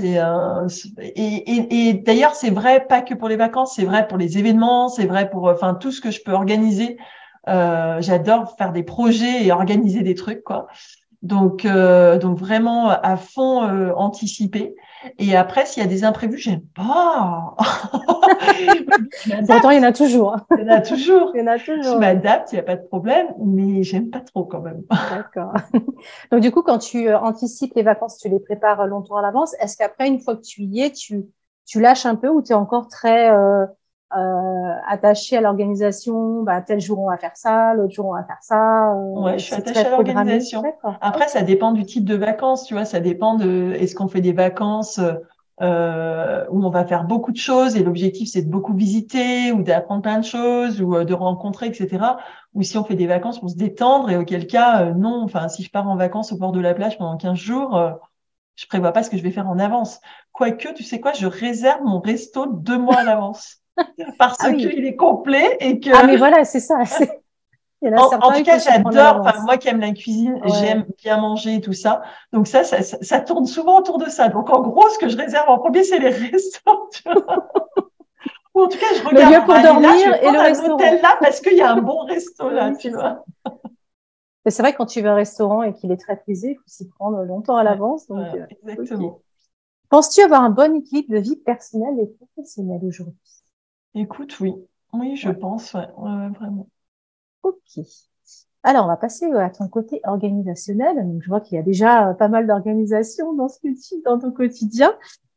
[SPEAKER 2] et d'ailleurs, c'est vrai pas que pour les vacances, c'est vrai pour les événements, c'est vrai pour enfin tout ce que je peux organiser. J'adore faire des projets et organiser des trucs, quoi. Donc vraiment à fond anticiper. Et après, s'il y a des imprévus, j'aime pas. Je
[SPEAKER 1] Pourtant, il y en
[SPEAKER 2] m'adapte.
[SPEAKER 1] a toujours.
[SPEAKER 2] Il y en a toujours.
[SPEAKER 1] Il y en a
[SPEAKER 2] Je
[SPEAKER 1] toujours, oui.
[SPEAKER 2] m'adapte, il n'y a pas de problème, mais j'aime pas trop quand même.
[SPEAKER 1] D'accord. Donc, du coup, quand tu anticipes les vacances, tu les prépares longtemps à l'avance. Est-ce qu'après, une fois que tu y es, tu lâches un peu ou tu es encore très attaché à l'organisation? Bah, tel jour, on va faire ça, l'autre jour, on va faire ça.
[SPEAKER 2] Ouais, je suis
[SPEAKER 1] C'est très
[SPEAKER 2] attachée à
[SPEAKER 1] programmé.
[SPEAKER 2] l'organisation.
[SPEAKER 1] D'accord.
[SPEAKER 2] Après,
[SPEAKER 1] OK.
[SPEAKER 2] ça dépend du type de vacances, tu vois, ça dépend de est-ce qu'on fait des vacances où on va faire beaucoup de choses et l'objectif c'est de beaucoup visiter ou d'apprendre plein de choses ou de rencontrer, etc. Ou si on fait des vacances pour se détendre et auquel cas, non, enfin, si je pars en vacances au bord de la plage pendant 15 jours, je prévois pas ce que je vais faire en avance. Quoique, tu sais quoi, je réserve mon resto 2 mois à l'avance parce
[SPEAKER 1] Ah oui.
[SPEAKER 2] qu'il est complet et
[SPEAKER 1] Ah,
[SPEAKER 2] que
[SPEAKER 1] mais voilà, c'est ça. Il y en a
[SPEAKER 2] en
[SPEAKER 1] certains,
[SPEAKER 2] tout
[SPEAKER 1] il
[SPEAKER 2] cas,
[SPEAKER 1] faut s'y prendre à
[SPEAKER 2] j'adore, enfin,
[SPEAKER 1] l'avance.
[SPEAKER 2] moi qui aime la cuisine,
[SPEAKER 1] Ouais.
[SPEAKER 2] j'aime bien manger et tout ça. Donc ça tourne souvent autour de ça. Donc en gros, ce que je réserve en premier, c'est les restos. Tu vois. Ou en tout cas, je
[SPEAKER 1] Le
[SPEAKER 2] regarde,
[SPEAKER 1] lieu
[SPEAKER 2] on va
[SPEAKER 1] pour
[SPEAKER 2] aller là, je
[SPEAKER 1] dormir
[SPEAKER 2] vais
[SPEAKER 1] et
[SPEAKER 2] prendre
[SPEAKER 1] le
[SPEAKER 2] un hôtel
[SPEAKER 1] restaurant.
[SPEAKER 2] là parce qu'il y a un bon resto là,
[SPEAKER 1] Oui,
[SPEAKER 2] tu
[SPEAKER 1] c'est ça.
[SPEAKER 2] vois.
[SPEAKER 1] Mais c'est vrai, quand tu vas au restaurant et qu'il est très prisé, il faut s'y prendre longtemps à
[SPEAKER 2] Ouais,
[SPEAKER 1] l'avance. Donc,
[SPEAKER 2] voilà,
[SPEAKER 1] OK.
[SPEAKER 2] exactement.
[SPEAKER 1] Penses-tu avoir un bon équilibre de vie personnelle et professionnelle aujourd'hui?
[SPEAKER 2] Écoute, oui. Oui, je
[SPEAKER 1] Ouais.
[SPEAKER 2] pense, ouais, ouais, ouais, vraiment.
[SPEAKER 1] OK. Alors, on va passer à ton côté organisationnel. Donc, je vois qu'il y a déjà pas mal d'organisation dans dans ton quotidien.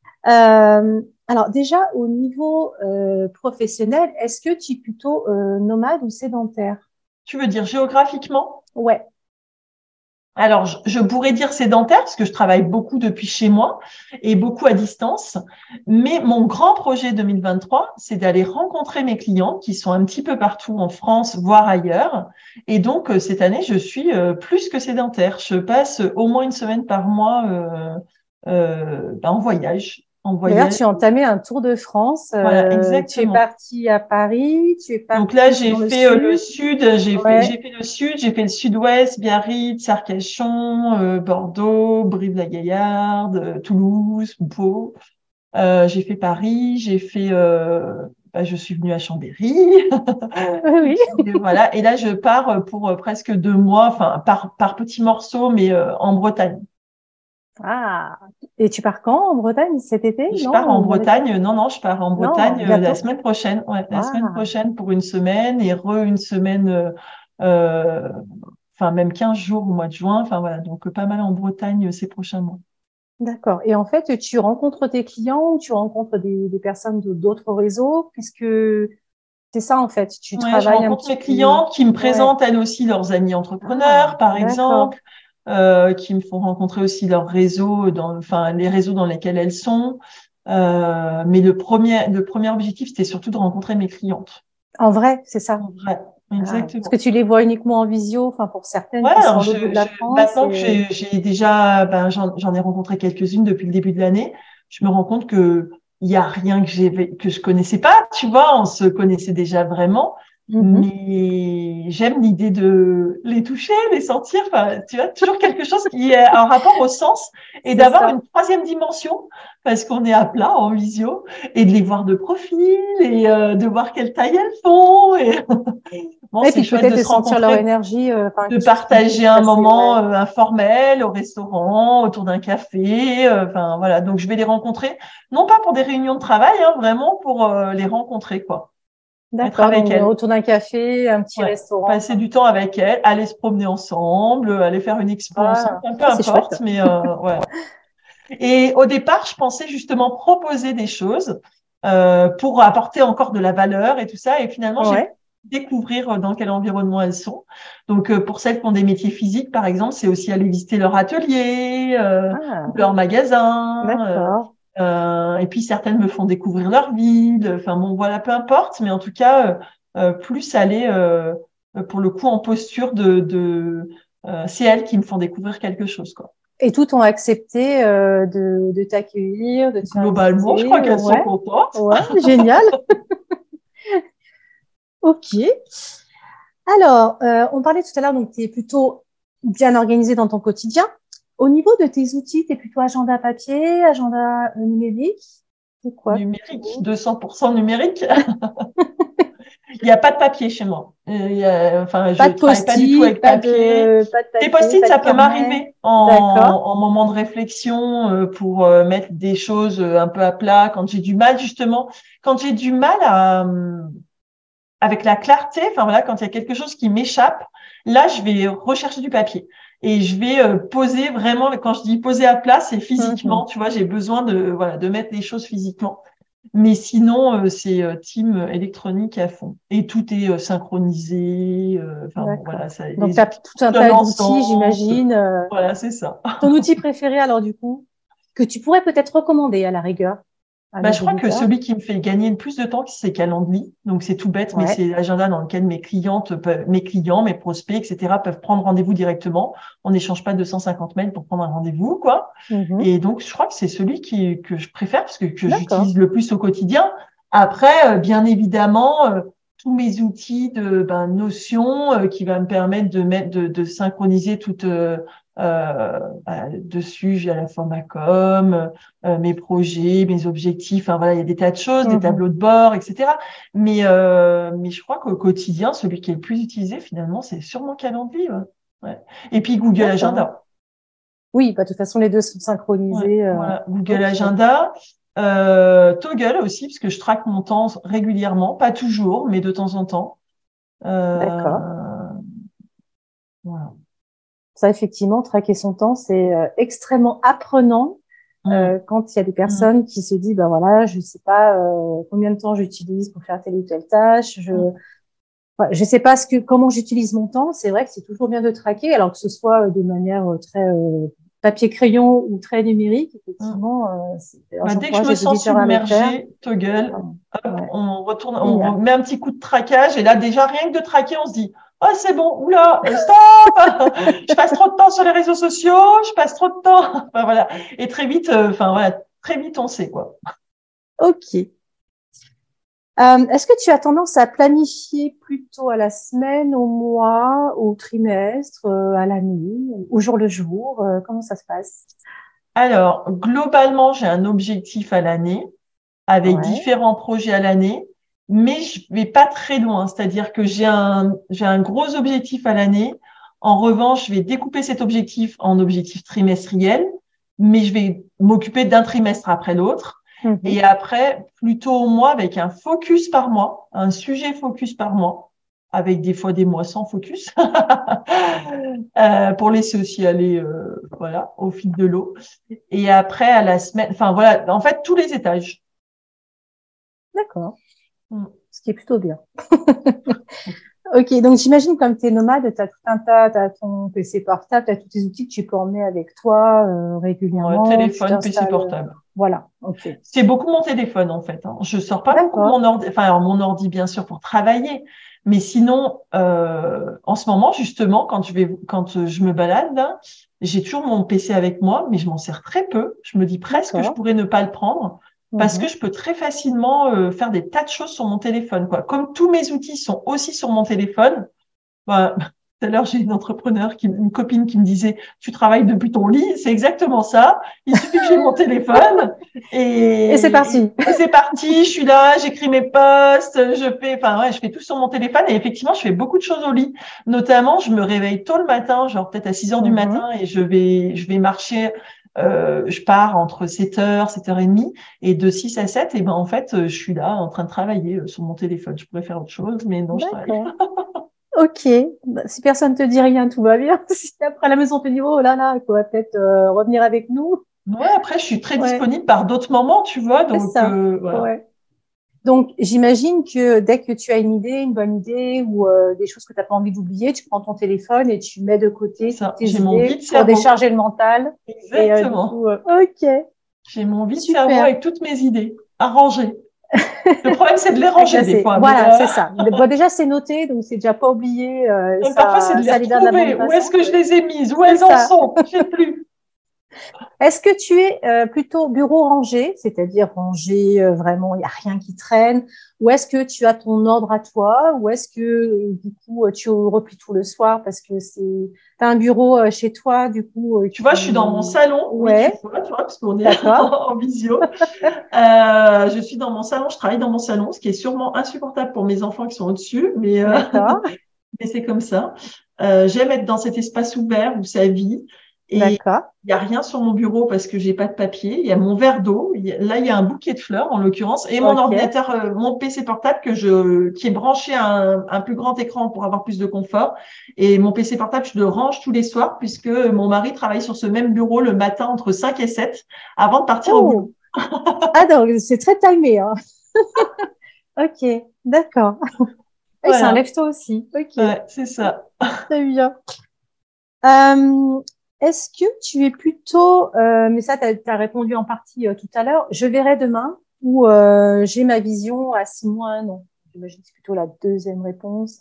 [SPEAKER 1] Alors, déjà, au niveau professionnel, est-ce que tu es plutôt nomade ou sédentaire?
[SPEAKER 2] Tu veux dire géographiquement?
[SPEAKER 1] Ouais.
[SPEAKER 2] Alors, je pourrais dire sédentaire parce que je travaille beaucoup depuis chez moi et beaucoup à distance. Mais mon grand projet 2023, c'est d'aller rencontrer mes clients qui sont un petit peu partout en France, voire ailleurs. Et donc, cette année, je suis plus que sédentaire. Je passe au moins une semaine par mois en voyage. En
[SPEAKER 1] D'ailleurs,
[SPEAKER 2] voyage.
[SPEAKER 1] tu as entamé un tour de France.
[SPEAKER 2] Voilà,
[SPEAKER 1] Tu es
[SPEAKER 2] exactement.
[SPEAKER 1] parti à Paris, tu es
[SPEAKER 2] Donc là,
[SPEAKER 1] parti
[SPEAKER 2] j'ai
[SPEAKER 1] dans le
[SPEAKER 2] fait le
[SPEAKER 1] sud.
[SPEAKER 2] sud,
[SPEAKER 1] Ouais.
[SPEAKER 2] j'ai fait le sud, j'ai fait le sud-ouest, Biarritz, Arcachon, Bordeaux, Brive-la-Gaillarde, Toulouse, Pau. J'ai fait Paris, je suis venue à Chambéry. Et
[SPEAKER 1] Oui.
[SPEAKER 2] puis voilà. Et là, je pars pour presque 2 mois, enfin par petits morceaux, mais en Bretagne.
[SPEAKER 1] Ah. Et tu pars quand en Bretagne cet été?
[SPEAKER 2] Je
[SPEAKER 1] Non,
[SPEAKER 2] pars en
[SPEAKER 1] ou l'année prochaine?
[SPEAKER 2] Bretagne. Non, non, je pars en
[SPEAKER 1] Non,
[SPEAKER 2] Bretagne la
[SPEAKER 1] bientôt.
[SPEAKER 2] semaine prochaine. Ouais, la semaine
[SPEAKER 1] Ah.
[SPEAKER 2] prochaine pour une semaine et une semaine, euh, enfin même 15 jours au mois de juin. Enfin voilà, donc pas mal en Bretagne ces prochains mois.
[SPEAKER 1] D'accord. Et en fait, tu rencontres tes clients ou tu rencontres des personnes d'autres réseaux, puisque c'est ça en fait. Tu
[SPEAKER 2] Ouais, je
[SPEAKER 1] travailles un
[SPEAKER 2] rencontre
[SPEAKER 1] petit
[SPEAKER 2] mes
[SPEAKER 1] peu.
[SPEAKER 2] clients qui me
[SPEAKER 1] Ouais.
[SPEAKER 2] présentent elles aussi leurs amis
[SPEAKER 1] Ah,
[SPEAKER 2] entrepreneurs, par
[SPEAKER 1] d'accord.
[SPEAKER 2] exemple, qui me font rencontrer aussi leur réseau, enfin les réseaux dans lesquels elles sont. Mais le premier objectif, c'était surtout de rencontrer mes clientes.
[SPEAKER 1] En vrai, c'est ça.
[SPEAKER 2] Ouais,
[SPEAKER 1] Ah, parce que
[SPEAKER 2] exactement.
[SPEAKER 1] tu les vois uniquement en visio, enfin pour certaines
[SPEAKER 2] Ouais,
[SPEAKER 1] qui sont
[SPEAKER 2] alors
[SPEAKER 1] à l'autre bout de la France.
[SPEAKER 2] maintenant que
[SPEAKER 1] Et...
[SPEAKER 2] j'ai déjà, j'en ai rencontré quelques-unes depuis le début de l'année, je me rends compte que il y a rien que je connaissais pas, tu vois, on se connaissait déjà vraiment,
[SPEAKER 1] Mhm.
[SPEAKER 2] mais j'aime l'idée de les toucher, les sentir, enfin, tu vois, toujours quelque chose qui est en rapport au sens et
[SPEAKER 1] C'est
[SPEAKER 2] d'avoir
[SPEAKER 1] ça.
[SPEAKER 2] une troisième dimension parce qu'on est à plat en visio et de les voir de profil et de voir quelle taille elles font et bon,
[SPEAKER 1] Et
[SPEAKER 2] c'est
[SPEAKER 1] puis
[SPEAKER 2] chouette
[SPEAKER 1] peut-être
[SPEAKER 2] de
[SPEAKER 1] de
[SPEAKER 2] se
[SPEAKER 1] sentir leur
[SPEAKER 2] rencontrer,
[SPEAKER 1] énergie, enfin
[SPEAKER 2] de
[SPEAKER 1] quelque chose qui peut
[SPEAKER 2] partager
[SPEAKER 1] se
[SPEAKER 2] un
[SPEAKER 1] passer.
[SPEAKER 2] moment
[SPEAKER 1] Ouais.
[SPEAKER 2] informel au restaurant, autour d'un café. Enfin voilà, donc je vais les rencontrer, non pas pour des réunions de travail, hein, vraiment pour les rencontrer, quoi. Être
[SPEAKER 1] D'accord.
[SPEAKER 2] avec
[SPEAKER 1] Donc
[SPEAKER 2] elles,
[SPEAKER 1] autour d'un café, un petit
[SPEAKER 2] ouais.
[SPEAKER 1] restaurant.
[SPEAKER 2] Passer du temps avec elles, aller se promener ensemble, aller faire une expo ensemble,
[SPEAKER 1] Ah,
[SPEAKER 2] enfin, peu
[SPEAKER 1] ah, c'est chouette.
[SPEAKER 2] importe, mais ouais. Et au départ, je pensais justement proposer des choses pour apporter encore de la valeur et tout ça. Et finalement, j'ai
[SPEAKER 1] Ouais.
[SPEAKER 2] découvrir dans quel environnement elles sont. Donc, pour celles qui ont des métiers physiques, par exemple, c'est aussi aller visiter leur atelier,
[SPEAKER 1] Ah,
[SPEAKER 2] leur magasin.
[SPEAKER 1] d'accord.
[SPEAKER 2] Et puis, certaines me font découvrir leur ville. Enfin, bon, voilà, peu importe. Mais en tout cas, plus aller, pour le coup, en posture c'est elles qui me font découvrir quelque chose, quoi.
[SPEAKER 1] Et toutes ont accepté de t'accueillir, de te faire
[SPEAKER 2] Globalement, je crois
[SPEAKER 1] visiter.
[SPEAKER 2] qu'elles sont
[SPEAKER 1] Ouais,
[SPEAKER 2] contentes.
[SPEAKER 1] ouais, génial. Ok. Alors, on parlait tout à l'heure, donc tu es plutôt bien organisé dans ton quotidien. Au niveau de tes outils, tu es plutôt agenda papier, agenda numérique. C'est quoi que tu
[SPEAKER 2] Numérique,
[SPEAKER 1] utilises?
[SPEAKER 2] 200% numérique. Il n'y a pas de papier chez moi. Enfin, je
[SPEAKER 1] Pas de
[SPEAKER 2] travaille pas du tout
[SPEAKER 1] post-it,
[SPEAKER 2] avec papier.
[SPEAKER 1] pas de
[SPEAKER 2] Les
[SPEAKER 1] papier,
[SPEAKER 2] post-it,
[SPEAKER 1] pas de
[SPEAKER 2] ça peut
[SPEAKER 1] carnet.
[SPEAKER 2] m'arriver
[SPEAKER 1] D'accord.
[SPEAKER 2] en moment de réflexion pour mettre des choses un peu à plat quand j'ai du mal justement, quand j'ai du mal avec la clarté, enfin voilà, quand il y a quelque chose qui m'échappe, là, je vais rechercher du papier. Et je vais poser vraiment, quand je dis poser à plat, c'est physiquement,
[SPEAKER 1] Mhm.
[SPEAKER 2] tu vois, j'ai besoin voilà, de mettre les choses physiquement. Mais sinon, c'est team électronique à fond. Et tout est synchronisé. Enfin bon,
[SPEAKER 1] D'accord.
[SPEAKER 2] voilà, ça,
[SPEAKER 1] Donc, tu
[SPEAKER 2] les
[SPEAKER 1] as
[SPEAKER 2] outils
[SPEAKER 1] tout un
[SPEAKER 2] fonctionnent
[SPEAKER 1] tas d'outils,
[SPEAKER 2] ensemble.
[SPEAKER 1] j'imagine.
[SPEAKER 2] Voilà, c'est ça.
[SPEAKER 1] Ton outil préféré, alors, du coup, que tu pourrais peut-être recommander à la rigueur à
[SPEAKER 2] Bah,
[SPEAKER 1] nos
[SPEAKER 2] je crois que
[SPEAKER 1] auditeurs.
[SPEAKER 2] celui qui me fait gagner le plus de temps, c'est Calendly. Donc, c'est tout bête, mais
[SPEAKER 1] Ouais.
[SPEAKER 2] c'est l'agenda dans lequel mes clients, mes prospects, etc., peuvent prendre rendez-vous directement. On n'échange pas 250 mails pour prendre un rendez-vous, quoi.
[SPEAKER 1] Mhm.
[SPEAKER 2] Et donc, je crois que c'est celui que je préfère parce que
[SPEAKER 1] D'accord.
[SPEAKER 2] j'utilise le plus au quotidien. Après, bien évidemment, tous mes outils de Notion qui va me permettre de synchroniser toute dessus, j'ai à la fois ma com, mes projets, mes objectifs. Enfin voilà, il y a des tas de choses, des
[SPEAKER 1] Mhm.
[SPEAKER 2] tableaux de bord, etc. Mais je crois qu'au quotidien, celui qui est le plus utilisé finalement, c'est sûrement Calendly. Ouais. Ouais. Et puis Google
[SPEAKER 1] D'accord.
[SPEAKER 2] Agenda.
[SPEAKER 1] Oui, bah, de toute façon, les deux sont
[SPEAKER 2] Ouais,
[SPEAKER 1] synchronisés.
[SPEAKER 2] voilà, Google
[SPEAKER 1] Ok.
[SPEAKER 2] Agenda. Toggle aussi, parce que je traque mon temps régulièrement, pas toujours, mais de temps en temps. Euh,
[SPEAKER 1] D'accord.
[SPEAKER 2] Voilà.
[SPEAKER 1] Ça, effectivement, traquer son temps, c'est extrêmement apprenant quand il y a des
[SPEAKER 2] Mm.
[SPEAKER 1] personnes qui se disent, ben voilà, je sais pas combien de temps j'utilise pour faire telle ou telle tâche.
[SPEAKER 2] Mm.
[SPEAKER 1] Je sais pas comment j'utilise mon temps. C'est vrai que c'est toujours bien de traquer, alors que ce soit de manière très papier-crayon ou très numérique.
[SPEAKER 2] Mm.
[SPEAKER 1] Effectivement, alors
[SPEAKER 2] Bah, dès que je
[SPEAKER 1] j'encourage
[SPEAKER 2] me
[SPEAKER 1] les
[SPEAKER 2] sens
[SPEAKER 1] auditeurs à le faire.
[SPEAKER 2] submergée, toggle,
[SPEAKER 1] Vraiment.
[SPEAKER 2] hop,
[SPEAKER 1] Ouais,
[SPEAKER 2] on retourne, on
[SPEAKER 1] génial.
[SPEAKER 2] met un petit coup de traquage et là déjà rien que de traquer, on se dit oh c'est bon, oula, stop, je passe trop de temps sur les réseaux sociaux, je passe trop de temps, enfin voilà, et très vite, enfin voilà, très vite on sait quoi.
[SPEAKER 1] Ok. Est-ce que tu as tendance à planifier plutôt à la semaine, au mois, au trimestre, à l'année, au jour le jour? Comment ça se passe?
[SPEAKER 2] Alors globalement j'ai un objectif à l'année avec
[SPEAKER 1] Ouais.
[SPEAKER 2] différents projets à l'année, mais je vais pas très loin, c'est-à-dire que j'ai un gros objectif à l'année. En revanche, je vais découper cet objectif en objectif trimestriel, mais je vais m'occuper d'un trimestre après l'autre. Et
[SPEAKER 1] Mhm.
[SPEAKER 2] après, plutôt au mois, avec un focus par mois, un sujet focus par mois, avec des fois des mois sans focus, pour laisser aussi aller, voilà, au fil de l'eau. Et après, à la semaine, enfin voilà, en fait, tous les étages.
[SPEAKER 1] D'accord.
[SPEAKER 2] Mm.
[SPEAKER 1] Ce qui est plutôt bien. Ok, donc j'imagine comme tu es nomade, tu as tout un tas, tu as ton PC portable, tu as tous tes outils que tu peux emmener avec toi
[SPEAKER 2] Ouais,
[SPEAKER 1] régulièrement, tu
[SPEAKER 2] téléphone, PC
[SPEAKER 1] t'installes.
[SPEAKER 2] portable.
[SPEAKER 1] Voilà, ok.
[SPEAKER 2] C'est beaucoup mon téléphone en fait. Hein. Je sors pas beaucoup de
[SPEAKER 1] D'accord.
[SPEAKER 2] mon ordi, enfin alors, mon ordi bien sûr pour travailler, mais sinon en ce moment justement quand je me balade là, j'ai toujours mon PC avec moi, mais je m'en sers très peu. Je me dis presque que je
[SPEAKER 1] D'accord.
[SPEAKER 2] pourrais ne pas le prendre parce que
[SPEAKER 1] Mhm.
[SPEAKER 2] je peux très facilement faire des tas de choses sur mon téléphone quoi. Comme tous mes outils sont aussi sur mon téléphone. Voilà. Tout à l'heure, j'ai une copine qui me disait, tu travailles depuis ton lit. C'est exactement ça. Il suffit que j'ai mon téléphone
[SPEAKER 1] Et c'est parti.
[SPEAKER 2] et c'est parti. Je suis là, j'écris mes posts, enfin, ouais, je fais tout sur mon téléphone. Et effectivement, je fais beaucoup de choses au lit. Notamment, je me réveille tôt le matin, genre peut-être à 6 heures du
[SPEAKER 1] Mhm.
[SPEAKER 2] matin et je vais marcher. Je pars entre 7h, 7h30 et de 6 à 7, et ben, en fait, je suis là en train de travailler sur mon téléphone. Je pourrais faire autre chose, mais non, je travaille.
[SPEAKER 1] D'accord. Ok. Bah, si personne te dit rien, tout va bien. Si après à la maison on te dit oh là là, il faudrait peut-être revenir avec nous.
[SPEAKER 2] Ouais, après, je suis très
[SPEAKER 1] Ouais,
[SPEAKER 2] disponible par d'autres moments, tu vois,
[SPEAKER 1] c'est
[SPEAKER 2] donc
[SPEAKER 1] ça.
[SPEAKER 2] voilà.
[SPEAKER 1] Ouais. Donc, j'imagine que dès que tu as une idée, une bonne idée ou des choses que tu n'as pas envie d'oublier, tu prends ton téléphone et tu mets de
[SPEAKER 2] C'est
[SPEAKER 1] côté toutes
[SPEAKER 2] ça.
[SPEAKER 1] tes
[SPEAKER 2] J'ai mon
[SPEAKER 1] idées
[SPEAKER 2] vide
[SPEAKER 1] pour
[SPEAKER 2] cerveau.
[SPEAKER 1] décharger le mental. Et du
[SPEAKER 2] Exactement.
[SPEAKER 1] coup, ok,
[SPEAKER 2] J'ai mon vide cerveau
[SPEAKER 1] super.
[SPEAKER 2] avec toutes mes idées arrangées. Le problème, c'est de les
[SPEAKER 1] Et
[SPEAKER 2] ranger
[SPEAKER 1] ça,
[SPEAKER 2] des
[SPEAKER 1] c'est,
[SPEAKER 2] fois, mais
[SPEAKER 1] voilà, c'est ça. Bon, déjà, c'est noté, donc c'est déjà pas oublié.
[SPEAKER 2] parfois, c'est de les
[SPEAKER 1] Ça libère de la
[SPEAKER 2] retrouver.
[SPEAKER 1] bande
[SPEAKER 2] Où est-ce
[SPEAKER 1] passante.
[SPEAKER 2] que je
[SPEAKER 1] Ouais.
[SPEAKER 2] les ai mises? Où
[SPEAKER 1] C'est
[SPEAKER 2] elles en
[SPEAKER 1] ça.
[SPEAKER 2] sont? Je sais plus.
[SPEAKER 1] Est-ce que tu es plutôt bureau rangé, c'est-à-dire rangé vraiment, il n'y a rien qui traîne, ou est-ce que tu as ton ordre à toi, ou est-ce que du coup tu replies tout le soir parce que t'as un bureau chez toi du coup
[SPEAKER 2] Tu vois, je suis dans mon salon. Oui,
[SPEAKER 1] ouais,
[SPEAKER 2] tu vois, parce qu'on est
[SPEAKER 1] d'accord,
[SPEAKER 2] en visio. Je suis dans mon salon, je travaille dans mon salon, ce qui est sûrement insupportable pour mes enfants qui sont au-dessus, mais
[SPEAKER 1] d'accord,
[SPEAKER 2] mais c'est comme ça. J'aime être dans cet espace ouvert où ça vit. Et
[SPEAKER 1] d'accord.
[SPEAKER 2] il n'y a rien sur mon bureau parce que j'ai pas de papier. Il y a mon verre d'eau. Là, il y a un bouquet de fleurs en l'occurrence et mon
[SPEAKER 1] Ok.
[SPEAKER 2] ordinateur, mon PC portable qui est branché à un plus grand écran pour avoir plus de confort. Et mon PC portable, je le range tous les soirs puisque mon mari travaille sur ce même bureau le matin entre 5 et 7 avant de partir au boulot.
[SPEAKER 1] Oh, ah donc c'est très timé, hein. Ok, d'accord. Et c'est un
[SPEAKER 2] Voilà,
[SPEAKER 1] lève-tôt aussi. Ok,
[SPEAKER 2] ouais, c'est ça.
[SPEAKER 1] très bien. Euh, est-ce que tu es plutôt, mais ça, tu as répondu en partie tout à l'heure, je verrai demain ou j'ai ma vision à 6 mois, 1 an. J'imagine que c'est plutôt la deuxième réponse.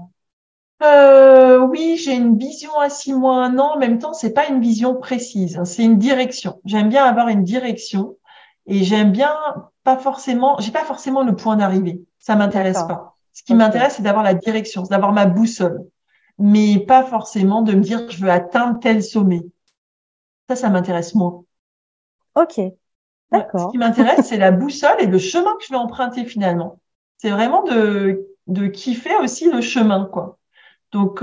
[SPEAKER 2] Oui, j'ai une vision à 6 mois, 1 an. En même temps, c'est pas une vision précise, hein, c'est une direction. J'aime bien avoir une direction et j'aime bien j'ai pas forcément le point d'arrivée. Ça m'intéresse
[SPEAKER 1] D'accord.
[SPEAKER 2] pas. Ce qui
[SPEAKER 1] Ok.
[SPEAKER 2] m'intéresse, c'est d'avoir la direction, c'est d'avoir ma boussole, mais pas forcément de me dire que je veux atteindre tel sommet. Ça m'intéresse moins.
[SPEAKER 1] Ok.
[SPEAKER 2] Ouais, ce qui
[SPEAKER 1] D'accord.
[SPEAKER 2] m'intéresse, c'est la boussole et le chemin que je vais emprunter finalement. C'est vraiment de kiffer aussi le chemin, quoi. Donc,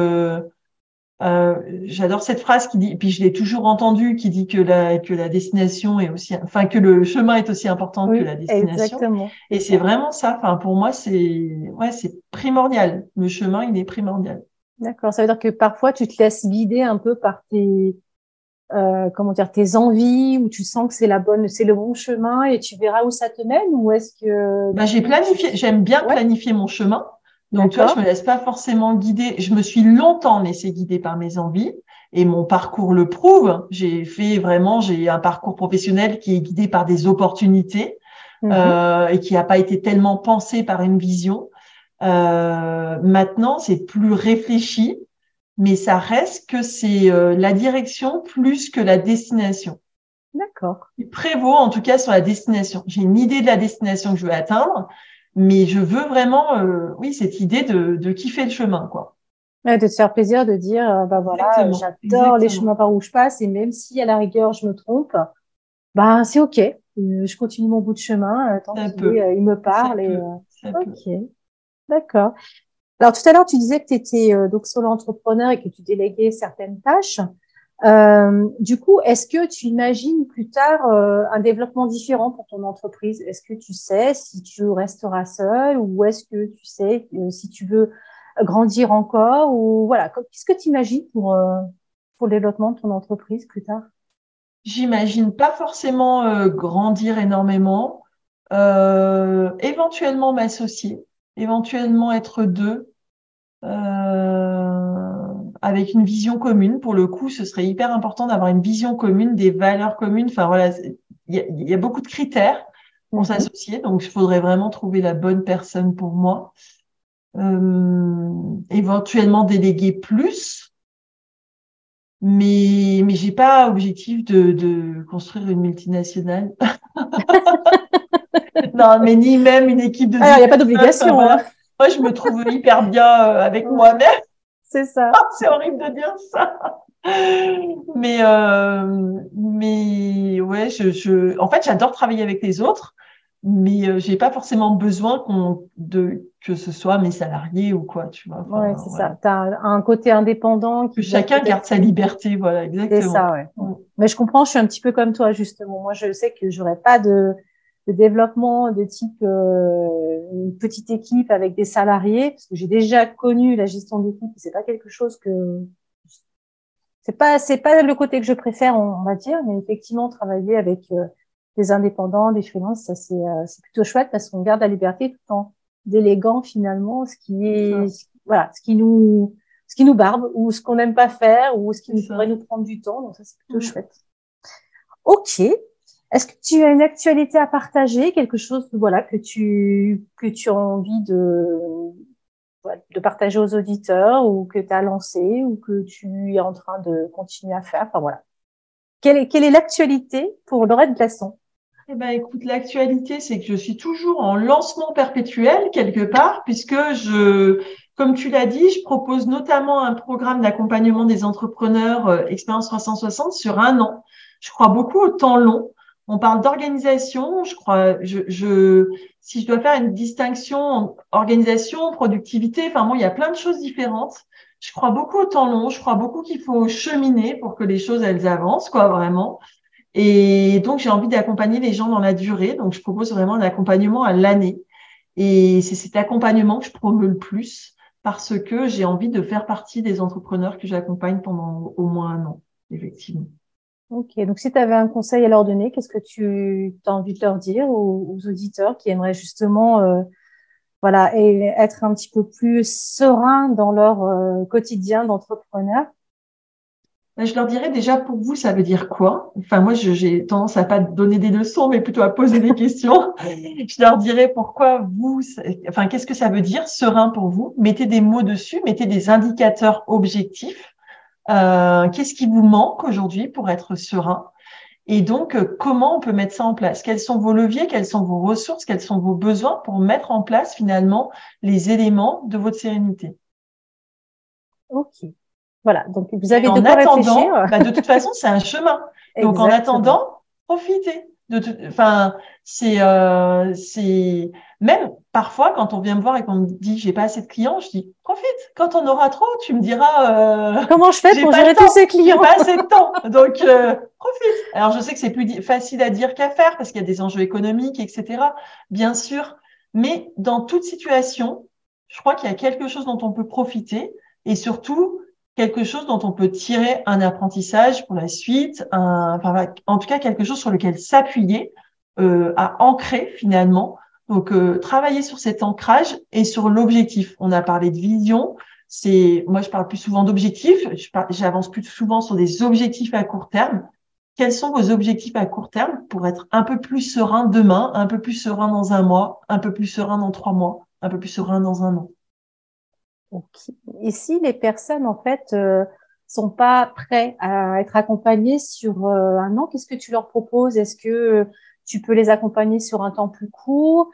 [SPEAKER 2] j'adore cette phrase qui dit, et puis je l'ai toujours entendue, qui dit que la destination est aussi, enfin que le chemin est aussi important que
[SPEAKER 1] Oui,
[SPEAKER 2] la destination.
[SPEAKER 1] exactement. C'est
[SPEAKER 2] Et c'est
[SPEAKER 1] ça.
[SPEAKER 2] vraiment ça. Enfin pour moi c'est primordial. Le chemin il est primordial.
[SPEAKER 1] D'accord. Ça veut dire que parfois, tu te laisses guider un peu par comment dire, tes envies, ou tu sens que c'est le bon chemin et tu verras où ça te mène, ou est-ce que
[SPEAKER 2] Bah, j'aime bien
[SPEAKER 1] ouais,
[SPEAKER 2] planifier mon chemin. Donc, tu vois, je
[SPEAKER 1] d'accord.
[SPEAKER 2] me laisse pas forcément guider. Je me suis longtemps laissée guider par mes envies et mon parcours le prouve. J'ai un parcours professionnel qui est guidé par des opportunités,
[SPEAKER 1] Mhm.
[SPEAKER 2] et qui n'a pas été tellement pensé par une vision. Maintenant, c'est plus réfléchi, mais ça reste que c'est la direction plus que la destination.
[SPEAKER 1] D'accord.
[SPEAKER 2] Il prévaut en tout cas sur la destination. J'ai une idée de la destination que je veux atteindre, mais je veux vraiment, oui, cette idée de kiffer le chemin, quoi.
[SPEAKER 1] Ouais, de te faire plaisir, de dire, bah voilà,
[SPEAKER 2] Exactement,
[SPEAKER 1] j'adore les chemins
[SPEAKER 2] exactement.
[SPEAKER 1] par où je passe, et même si à la rigueur je me trompe, bah c'est ok. Je continue mon bout de chemin tant
[SPEAKER 2] Ça
[SPEAKER 1] qu'il est,
[SPEAKER 2] peut,
[SPEAKER 1] il me
[SPEAKER 2] ça
[SPEAKER 1] parle, et
[SPEAKER 2] peut, ça peut.
[SPEAKER 1] ok, d'accord. Alors tout à l'heure tu disais que tu étais donc solo entrepreneur et que tu déléguais certaines tâches. Du coup, est-ce que tu imagines plus tard un développement différent pour ton entreprise? Est-ce que tu sais si tu resteras seul, ou est-ce que tu sais si tu veux grandir encore, ou voilà, qu'est-ce que tu imagines pour le développement de ton entreprise plus tard?
[SPEAKER 2] J'imagine pas forcément grandir énormément, éventuellement m'associer, éventuellement être deux, avec une vision commune. Pour le coup, ce serait hyper important d'avoir une vision commune, des valeurs communes. Enfin voilà, il y a beaucoup de critères pour
[SPEAKER 1] Mhm.
[SPEAKER 2] s'associer, donc il faudrait vraiment trouver la bonne personne pour moi. Éventuellement déléguer plus, mais j'ai pas objectif de construire une multinationale. Non, mais ni même une équipe de
[SPEAKER 1] Alors,
[SPEAKER 2] 10
[SPEAKER 1] il n'y a pas
[SPEAKER 2] personnes. Enfin,
[SPEAKER 1] d'obligation, hein.
[SPEAKER 2] voilà. Moi, je me trouve hyper bien avec moi-même.
[SPEAKER 1] C'est ça.
[SPEAKER 2] C'est horrible de dire ça. Mais ouais, en fait, j'adore travailler avec les autres, mais j'ai pas forcément besoin que ce soit mes salariés ou quoi, tu vois.
[SPEAKER 1] Ouais,
[SPEAKER 2] Enfin,
[SPEAKER 1] c'est
[SPEAKER 2] voilà.
[SPEAKER 1] ça. Tu as un côté indépendant
[SPEAKER 2] Que
[SPEAKER 1] qui te laisse
[SPEAKER 2] chacun
[SPEAKER 1] peut-être.
[SPEAKER 2] garde sa liberté, voilà,
[SPEAKER 1] C'est
[SPEAKER 2] exactement.
[SPEAKER 1] ça, ouais. Ouais. Mais je comprends, je suis un petit peu comme toi, justement. Moi, je sais que j'aurais pas de développement de type une petite équipe avec des salariés, parce que j'ai déjà connu la gestion d'équipe. C'est pas quelque chose que c'est pas le côté que je préfère, on va dire. Mais effectivement, travailler avec des indépendants, des freelances, ça c'est plutôt chouette, parce qu'on garde la liberté tout en déléguant finalement
[SPEAKER 2] C'est ça,
[SPEAKER 1] voilà, ce qui nous barbe, ou ce qu'on n'aime pas faire, ou ce qui
[SPEAKER 2] c'est
[SPEAKER 1] nous pourrait
[SPEAKER 2] ça.
[SPEAKER 1] nous prendre du temps. Donc ça, c'est plutôt
[SPEAKER 2] Mm.
[SPEAKER 1] chouette. Ok. Est-ce que tu as une actualité à partager, quelque chose, voilà, que tu as envie voilà, de partager aux auditeurs, ou que tu as lancé, ou que tu es en train de continuer à faire? Enfin voilà. Quelle est l'actualité pour Laurette Glaçon?
[SPEAKER 2] Eh ben, écoute, l'actualité, c'est que je suis toujours en lancement perpétuel quelque part, puisque comme tu l'as dit, je propose notamment un programme d'accompagnement des entrepreneurs Expérience 360 sur un an. Je crois beaucoup au temps long. On parle d'organisation. Si je dois faire une distinction en organisation, productivité, enfin bon, il y a plein de choses différentes. Je crois beaucoup au temps long. Je crois beaucoup qu'il faut cheminer pour que les choses elles avancent, quoi, vraiment. Et donc, j'ai envie d'accompagner les gens dans la durée. Donc, je propose vraiment un accompagnement à l'année. Et c'est cet accompagnement que je promeus le plus parce que j'ai envie de faire partie des entrepreneurs que j'accompagne pendant au moins un an, effectivement.
[SPEAKER 1] Ok, donc si tu avais un conseil à leur donner, qu'est-ce que tu as envie de leur dire aux auditeurs qui aimeraient justement voilà, et être un petit peu plus serein dans leur quotidien d'entrepreneur?
[SPEAKER 2] Ben, je leur dirais déjà pour vous, ça veut dire quoi? Enfin, moi, j'ai tendance à pas donner des leçons, mais plutôt à poser des questions. Je leur dirais pourquoi enfin, qu'est-ce que ça veut dire serein pour vous? Mettez des mots dessus, mettez des indicateurs objectifs. Qu'est-ce qui vous manque aujourd'hui pour être serein? Et donc, comment on peut mettre ça en place? Quels sont vos leviers? Quelles sont vos ressources? Quels sont vos besoins pour mettre en place finalement les éléments de votre sérénité?
[SPEAKER 1] Ok, voilà, donc vous
[SPEAKER 2] Et
[SPEAKER 1] avez de
[SPEAKER 2] en
[SPEAKER 1] quoi réfléchir.
[SPEAKER 2] attendant, bah, de toute façon, c'est un chemin. Donc, en
[SPEAKER 1] Exactement.
[SPEAKER 2] attendant, profitez. Enfin, c'est même parfois quand on vient me voir et qu'on me dit j'ai pas assez de clients, je dis profite. Quand on aura trop, tu me diras
[SPEAKER 1] Comment je fais
[SPEAKER 2] j'ai
[SPEAKER 1] pour
[SPEAKER 2] pas le
[SPEAKER 1] gérer tous
[SPEAKER 2] temps,
[SPEAKER 1] ces
[SPEAKER 2] j'ai
[SPEAKER 1] clients?
[SPEAKER 2] pas assez de temps. Donc profite. Alors je sais que c'est plus facile à dire qu'à faire parce qu'il y a des enjeux économiques, etc. Bien sûr, mais dans toute situation, je crois qu'il y a quelque chose dont on peut profiter. et surtout quelque chose dont on peut tirer un apprentissage pour la suite, en tout cas quelque chose sur lequel s'appuyer, à ancrer finalement. Donc, travailler sur cet ancrage et sur l'objectif. On a parlé de vision. Moi, je parle plus souvent d'objectifs. J'avance plus souvent sur des objectifs à court terme. Quels sont vos objectifs à court terme pour être un peu plus serein demain, un peu plus serein dans un mois, un peu plus serein dans 3 mois, un peu plus serein dans un an?
[SPEAKER 1] Ok. Et si les personnes, en fait, sont pas prêtes à être accompagnées sur un an, qu'est-ce que tu leur proposes? Est-ce que tu peux les accompagner sur un temps plus court?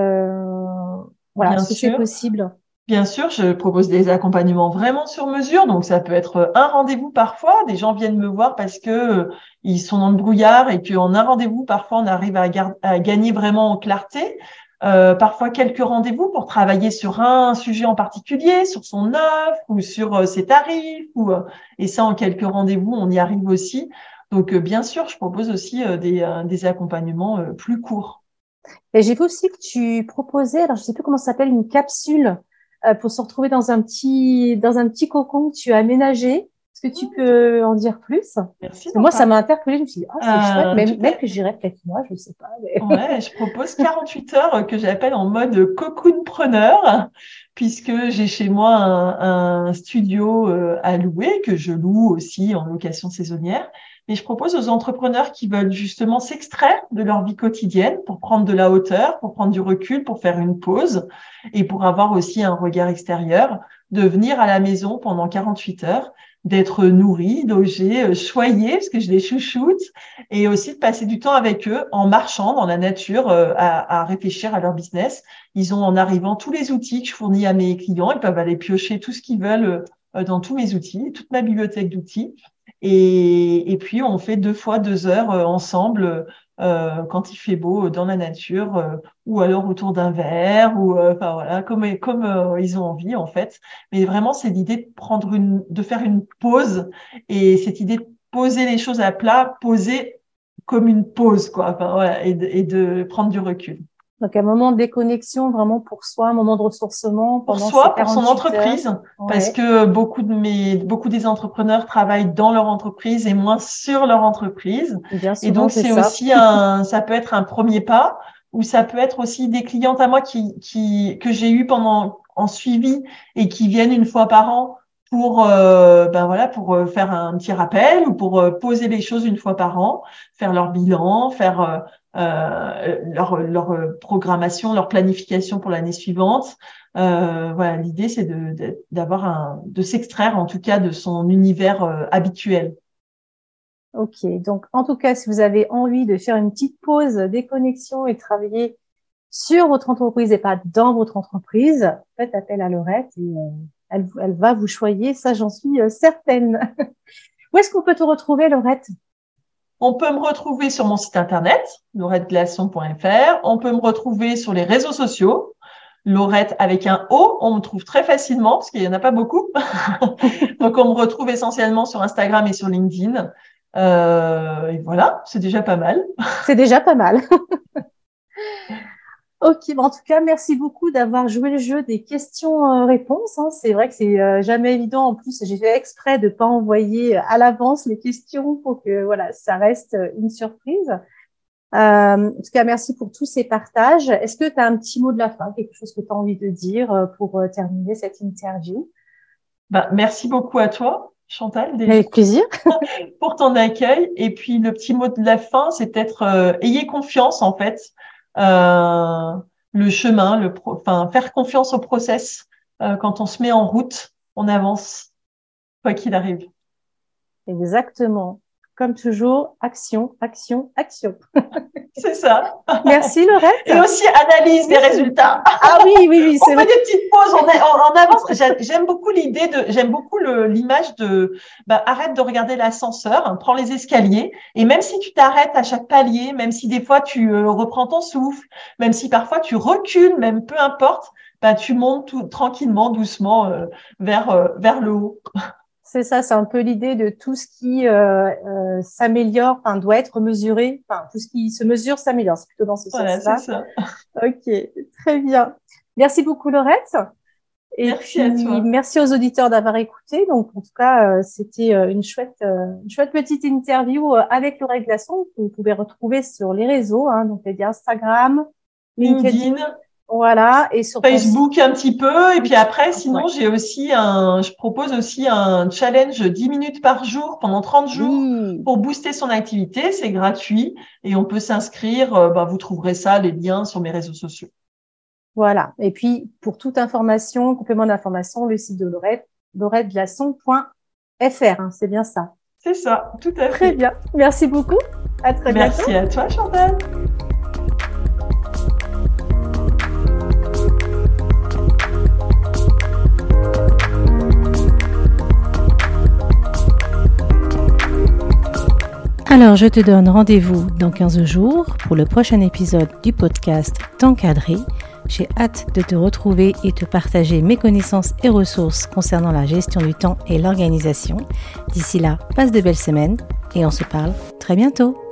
[SPEAKER 1] Voilà,
[SPEAKER 2] Bien
[SPEAKER 1] est-ce que c'est
[SPEAKER 2] sûr.
[SPEAKER 1] possible?
[SPEAKER 2] Bien sûr, je propose des accompagnements vraiment sur mesure. Donc, ça peut être un rendez-vous parfois. Des gens viennent me voir parce que ils sont dans le brouillard et qu'en un rendez-vous, parfois, on arrive à gagner vraiment en clarté. Parfois, quelques rendez-vous pour travailler sur un sujet en particulier, sur son offre ou sur ses tarifs. Et ça, en quelques rendez-vous, on y arrive aussi. Donc, bien sûr, je propose aussi des accompagnements plus courts.
[SPEAKER 1] Et j'ai vu aussi que tu proposais, alors je sais plus comment ça s'appelle, une capsule pour se retrouver dans un petit cocon que tu as aménagé. Est-ce que tu peux en dire plus?
[SPEAKER 2] Merci
[SPEAKER 1] Parce que
[SPEAKER 2] d'en
[SPEAKER 1] moi, ça
[SPEAKER 2] parler.
[SPEAKER 1] m'a interpellée. Je me suis dit, ah, c'est chouette.
[SPEAKER 2] Tout
[SPEAKER 1] Même
[SPEAKER 2] à
[SPEAKER 1] que j'irais peut-être moi, je sais pas. Mais...
[SPEAKER 2] Ouais, je propose 48 heures que j'appelle en mode cocoonpreneur, puisque j'ai chez moi un studio à louer, que je loue aussi en location saisonnière. Mais je propose aux entrepreneurs qui veulent justement s'extraire de leur vie quotidienne pour prendre de la hauteur, pour prendre du recul, pour faire une pause et pour avoir aussi un regard extérieur, de venir à la maison pendant 48 heures, d'être nourris, logés, choyés, parce que je les chouchoute, et aussi de passer du temps avec eux en marchant dans la nature, à réfléchir à leur business. Ils ont en arrivant tous les outils que je fournis à mes clients. Ils peuvent aller piocher tout ce qu'ils veulent dans tous mes outils, toute ma bibliothèque d'outils. Et puis, on fait 2 fois 2 heures ensemble quand il fait beau dans la nature ou alors autour d'un verre ou enfin voilà comme ils ont envie en fait. Mais vraiment, c'est l'idée de faire une pause et cette idée de poser les choses à plat, poser comme une pause, quoi. Enfin, voilà, et de prendre du recul.
[SPEAKER 1] Donc, un moment de déconnexion vraiment pour soi, un moment de ressourcement
[SPEAKER 2] Pour
[SPEAKER 1] pendant ces
[SPEAKER 2] soi, pour son
[SPEAKER 1] 48 heures.
[SPEAKER 2] entreprise, parce
[SPEAKER 1] Ouais,
[SPEAKER 2] que beaucoup des entrepreneurs travaillent dans leur entreprise et moins sur leur entreprise.
[SPEAKER 1] bien
[SPEAKER 2] Et
[SPEAKER 1] souvent,
[SPEAKER 2] donc,
[SPEAKER 1] c'est
[SPEAKER 2] c'est
[SPEAKER 1] ça.
[SPEAKER 2] aussi ça peut être un premier pas, ou ça peut être aussi des clientes à moi que j'ai eu en suivi et qui viennent une fois par an pour, ben voilà, pour faire un petit rappel ou pour poser les choses une fois par an, faire leur bilan, faire leur programmation, leur planification pour l'année suivante. Voilà, l'idée c'est de s'extraire en tout cas de son univers habituel.
[SPEAKER 1] Ok. Donc, en tout cas, si vous avez envie de faire une petite pause déconnexion et travailler sur votre entreprise et pas dans votre entreprise, faites appel à Laurette et elle va vous choyer. Ça, j'en suis certaine. Où est-ce qu'on peut te retrouver, Laurette?
[SPEAKER 2] On peut me retrouver sur mon site internet, lauretteglasson.fr. On peut me retrouver sur les réseaux sociaux. Laurette avec un O, on me trouve très facilement parce qu'il y en a pas beaucoup. Donc, on me retrouve essentiellement sur Instagram et sur LinkedIn. Et voilà, c'est déjà pas mal.
[SPEAKER 1] C'est déjà pas mal. Ok, bon, en tout cas, merci beaucoup d'avoir joué le jeu des questions-réponses. Hein. C'est vrai que c'est jamais évident. En plus, j'ai fait exprès de pas envoyer à l'avance les questions pour que voilà, ça reste une surprise. En tout cas, merci pour tous ces partages. Est-ce que tu as un petit mot de la fin, quelque chose que tu as envie de dire pour terminer cette interview?
[SPEAKER 2] Bah, merci beaucoup à toi, Chantal, déjà,
[SPEAKER 1] Avec plaisir.
[SPEAKER 2] pour ton accueil. Et puis, le petit mot de la fin, c'est peut-être ayez confiance, en fait. Euh, le chemin, enfin, faire confiance au process. Quand on se met en route, on avance, quoi qu'il arrive.
[SPEAKER 1] Exactement. Comme toujours, action, action, action.
[SPEAKER 2] C'est ça.
[SPEAKER 1] Merci, Laurette.
[SPEAKER 2] Et aussi analyse des résultats.
[SPEAKER 1] Ah oui, oui, oui,
[SPEAKER 2] On
[SPEAKER 1] c'est
[SPEAKER 2] fait
[SPEAKER 1] vrai.
[SPEAKER 2] des petites pauses, on avance. J'aime beaucoup j'aime beaucoup l'image bah, arrête de regarder l'ascenseur, hein, prends les escaliers, et même si tu t'arrêtes à chaque palier, même si des fois tu reprends ton souffle, même si parfois tu recules, même peu importe, bah, tu montes tout tranquillement, doucement vers le haut.
[SPEAKER 1] C'est ça, c'est un peu l'idée de tout ce qui s'améliore, enfin, doit être mesuré. Enfin, tout ce qui se mesure s'améliore. C'est plutôt dans ce
[SPEAKER 2] Voilà, c'est
[SPEAKER 1] sens-là.
[SPEAKER 2] ça.
[SPEAKER 1] Ok, très bien. Merci beaucoup, Laurette. Et
[SPEAKER 2] Merci
[SPEAKER 1] puis,
[SPEAKER 2] à toi.
[SPEAKER 1] merci aux auditeurs d'avoir écouté. Donc, en tout cas, c'était une chouette petite interview avec Laurette Glaçon que vous pouvez retrouver sur les réseaux, hein, donc les Instagram, LinkedIn,
[SPEAKER 2] LinkedIn,
[SPEAKER 1] voilà, et sur ton site.
[SPEAKER 2] Facebook un petit peu. Et puis après, sinon,
[SPEAKER 1] Ouais.
[SPEAKER 2] je propose aussi un challenge 10 minutes par jour pendant 30 jours
[SPEAKER 1] Oui,
[SPEAKER 2] pour booster son activité. C'est gratuit et on peut s'inscrire. Vous trouverez ça, les liens sur mes réseaux sociaux.
[SPEAKER 1] voilà. Et puis, pour toute information, complément d'information, le site de Laurette, lauretteglaçon.fr, hein, c'est bien ça.
[SPEAKER 2] C'est ça, tout à
[SPEAKER 1] Très
[SPEAKER 2] fait.
[SPEAKER 1] bien. Merci beaucoup. À très bientôt.
[SPEAKER 2] Merci à toi, Chantal.
[SPEAKER 3] Alors, je te donne rendez-vous dans 15 jours pour le prochain épisode du podcast T'encadrer. J'ai hâte de te retrouver et te partager mes connaissances et ressources concernant la gestion du temps et l'organisation. D'ici là, passe de belles semaines et on se parle très bientôt.